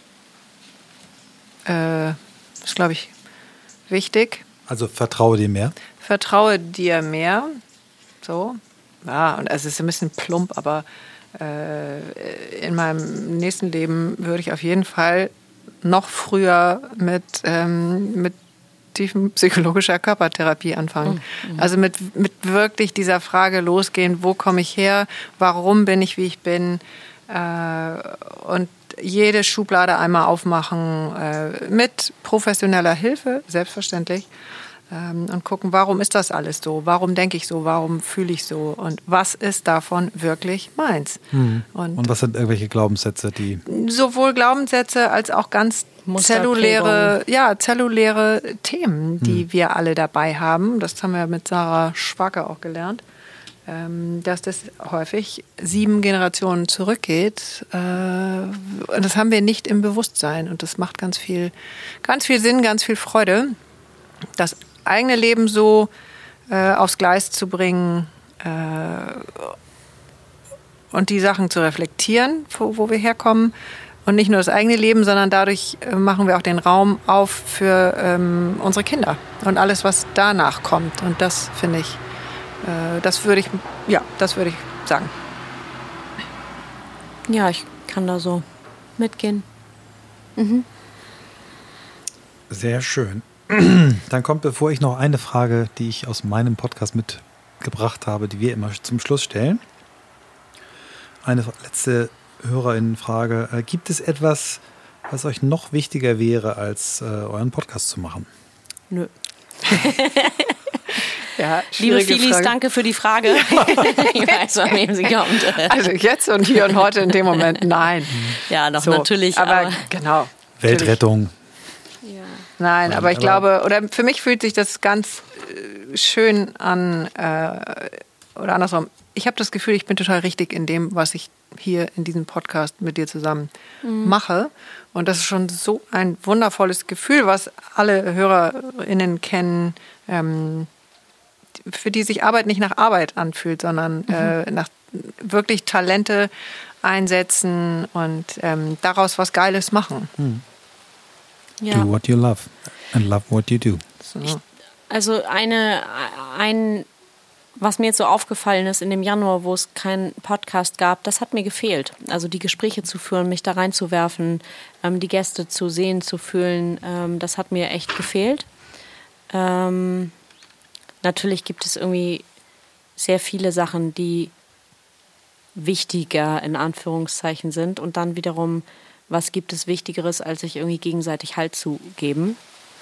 äh, ist, glaube ich, wichtig. Also vertraue dir mehr? Vertraue dir mehr. So. Ja, und es ist ein bisschen plump, aber äh, in meinem nächsten Leben würde ich auf jeden Fall noch früher mit, ähm, mit tiefen psychologischer Körpertherapie anfangen. Mhm. Also mit, mit wirklich dieser Frage losgehen, wo komme ich her, warum bin ich, wie ich bin, äh, und jede Schublade einmal aufmachen, äh, mit professioneller Hilfe, selbstverständlich, ähm, und gucken, warum ist das alles so, warum denke ich so, warum fühle ich so und was ist davon wirklich meins. Mhm. Und, und was sind irgendwelche Glaubenssätze, die... Sowohl Glaubenssätze als auch ganz zelluläre, ja, zelluläre Themen, die hm. wir alle dabei haben. Das haben wir mit Sarah Schwacke auch gelernt, ähm, dass das häufig sieben Generationen zurückgeht. Äh, und das haben wir nicht im Bewusstsein. Und das macht ganz viel, ganz viel Sinn, ganz viel Freude, das eigene Leben so äh, aufs Gleis zu bringen äh, und die Sachen zu reflektieren, wo, wo wir herkommen. Und nicht nur das eigene Leben, sondern dadurch machen wir auch den Raum auf für ähm, unsere Kinder und alles, was danach kommt. Und das finde ich, äh, das würde ich, ja, das würde ich sagen. Ja, ich kann da so mitgehen. Mhm. Sehr schön. Dann kommt, bevor ich noch eine Frage, die ich aus meinem Podcast mitgebracht habe, die wir immer zum Schluss stellen. Eine letzte Hörerinnenfrage. Äh, gibt es etwas, was euch noch wichtiger wäre, als äh, euren Podcast zu machen? Nö. Ja, Liebe schwierige Philis, Frage. danke für die Frage. Ich weiß, von wem sie kommt. Also jetzt und hier und heute in dem Moment, nein. Ja, doch, So, natürlich. Aber, Aber, genau. Weltrettung. ja. Nein, Nein, aber ich aber- glaube, oder für mich fühlt sich das ganz äh, schön an, äh, oder andersrum. Ich habe das Gefühl, ich bin total richtig in dem, was ich hier in diesem Podcast mit dir zusammen mache. Und das ist schon so ein wundervolles Gefühl, was alle HörerInnen kennen, ähm, für die sich Arbeit nicht nach Arbeit anfühlt, sondern äh, nach wirklich Talente einsetzen und ähm, daraus was Geiles machen. Ja. Do what you love and love what you do. So. Also eine, ein, was mir jetzt so aufgefallen ist in dem Januar, wo es keinen Podcast gab, das hat mir gefehlt. Also die Gespräche zu führen, mich da reinzuwerfen, ähm, die Gäste zu sehen, zu fühlen, ähm, das hat mir echt gefehlt. Ähm, natürlich gibt es irgendwie sehr viele Sachen, die wichtiger in Anführungszeichen sind und dann wiederum, was gibt es Wichtigeres, als sich irgendwie gegenseitig Halt zu geben.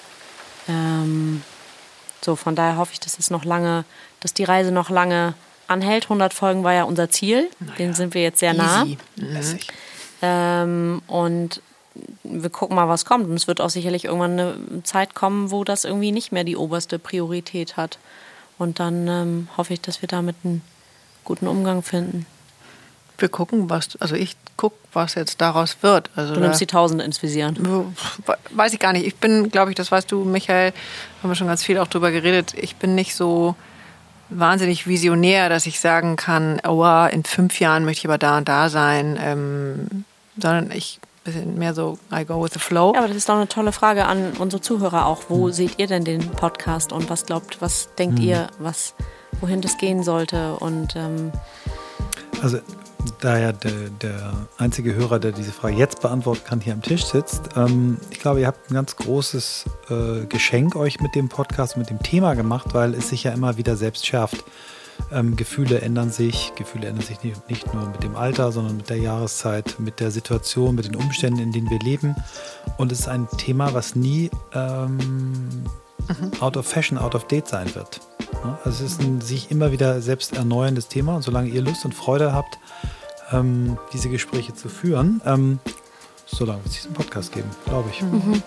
Ähm, so, von daher hoffe ich, dass es noch lange, dass die Reise noch lange anhält. hundert Folgen war ja unser Ziel, den sind wir jetzt sehr nah. Easy. Mhm. Ähm, und wir gucken mal, was kommt. Und es wird auch sicherlich irgendwann eine Zeit kommen, wo das irgendwie nicht mehr die oberste Priorität hat. Und dann ähm, hoffe ich, dass wir damit einen guten Umgang finden. Wir gucken, was, also ich gucke, was jetzt daraus wird. Also Du da, nimmst die Tausende ins Visier. weiß ich gar nicht. Ich bin, glaube ich, das weißt du, Michael, haben wir schon ganz viel auch drüber geredet. Ich bin nicht so wahnsinnig visionär, dass ich sagen kann, oh, in fünf Jahren möchte ich aber da und da sein, ähm, sondern ich bisschen mehr so, I go with the flow. Ja, aber das ist doch eine tolle Frage an unsere Zuhörer auch. Wo seht ihr denn den Podcast und was glaubt, was denkt ihr, was, wohin das gehen sollte? Und ähm, Also da ja der, der einzige Hörer, der diese Frage jetzt beantworten kann, hier am Tisch sitzt, ähm, ich glaube, ihr habt ein ganz großes äh, Geschenk euch mit dem Podcast, mit dem Thema gemacht, weil es sich ja immer wieder selbst schärft. Ähm, Gefühle ändern sich, Gefühle ändern sich nicht, nicht nur mit dem Alter, sondern mit der Jahreszeit, mit der Situation, mit den Umständen, in denen wir leben. Und es ist ein Thema, was nie ähm, out of fashion, out of date sein wird. Ja, also es ist ein sich immer wieder selbst erneuerndes Thema und solange ihr Lust und Freude habt, ähm, diese Gespräche zu führen, ähm, solange wird es diesen Podcast geben, glaube ich. Mhm.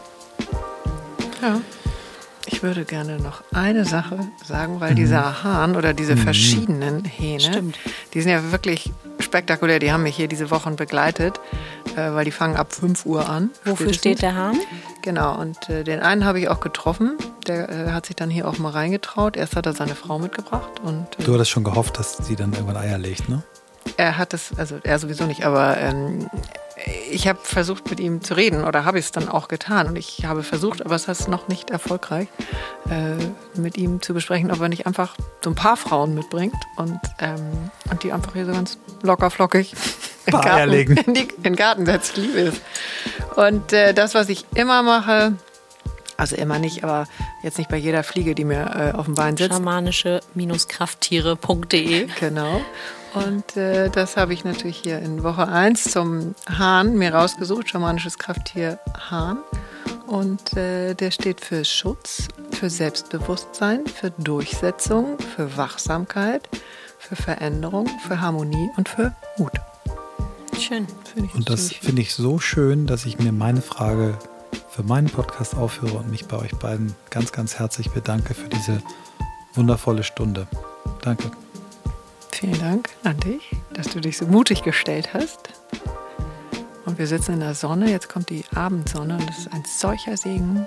Ja. Ich würde gerne noch eine Sache sagen, weil dieser Hahn oder diese verschiedenen Hähne, Stimmt. die sind ja wirklich spektakulär. Die haben mich hier diese Wochen begleitet, äh, weil die fangen ab fünf Uhr an. wofür spätestens. steht der Hahn? Genau, und äh, den einen habe ich auch getroffen. Der äh, hat sich dann hier auch mal reingetraut. Erst hat er seine Frau mitgebracht. Und, äh, Du hattest schon gehofft, dass sie dann irgendwann Eier legt, ne? er hat es, also er sowieso nicht, aber ähm, ich habe versucht, mit ihm zu reden oder habe ich es dann auch getan. Und ich habe versucht, aber es ist noch nicht erfolgreich, äh, mit ihm zu besprechen, ob er nicht einfach so ein paar Frauen mitbringt und, ähm, und die einfach hier so ganz locker flockig in den Paar Eier Garten, legen. in, die, in den Garten setzt. Ich liebe es. Und äh, das, was ich immer mache, also immer nicht, aber jetzt nicht bei jeder Fliege, die mir äh, auf dem Bein sitzt. Schamanische-krafttiere punkt de Genau. Und äh, das habe ich natürlich hier in Woche eins zum Hahn mir rausgesucht, schamanisches Krafttier Hahn. Und äh, der steht für Schutz, für Selbstbewusstsein, für Durchsetzung, für Wachsamkeit, für Veränderung, für Harmonie und für Mut. Schön. Finde ich Und das ziemlich- finde ich so schön, dass ich mir meine Frage für meinen Podcast aufhöre und mich bei euch beiden ganz, ganz herzlich bedanke für diese wundervolle Stunde. Danke. Vielen Dank an dich, dass du dich so mutig gestellt hast. Und wir sitzen in der Sonne, jetzt kommt die Abendsonne und das ist ein solcher Segen.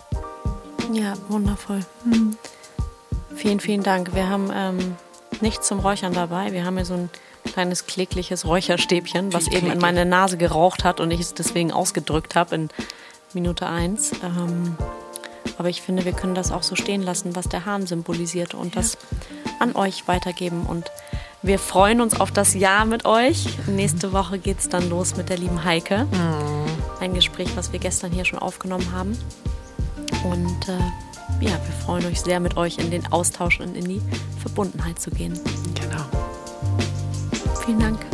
Ja, wundervoll. Vielen, vielen Dank. Wir haben ähm, nichts zum Räuchern dabei. Wir haben hier so ein kleines klägliches Räucherstäbchen, was eben in meine Nase geraucht hat und ich es deswegen ausgedrückt habe in Minute eins. Ähm, aber ich finde, wir können das auch so stehen lassen, was der Hahn symbolisiert und das an euch weitergeben. Und wir freuen uns auf das Jahr mit euch. Nächste Woche geht es dann los mit der lieben Heike. Ein Gespräch, was wir gestern hier schon aufgenommen haben. Und äh, ja, wir freuen uns sehr, mit euch in den Austausch und in die Verbundenheit zu gehen. Genau. Vielen Dank.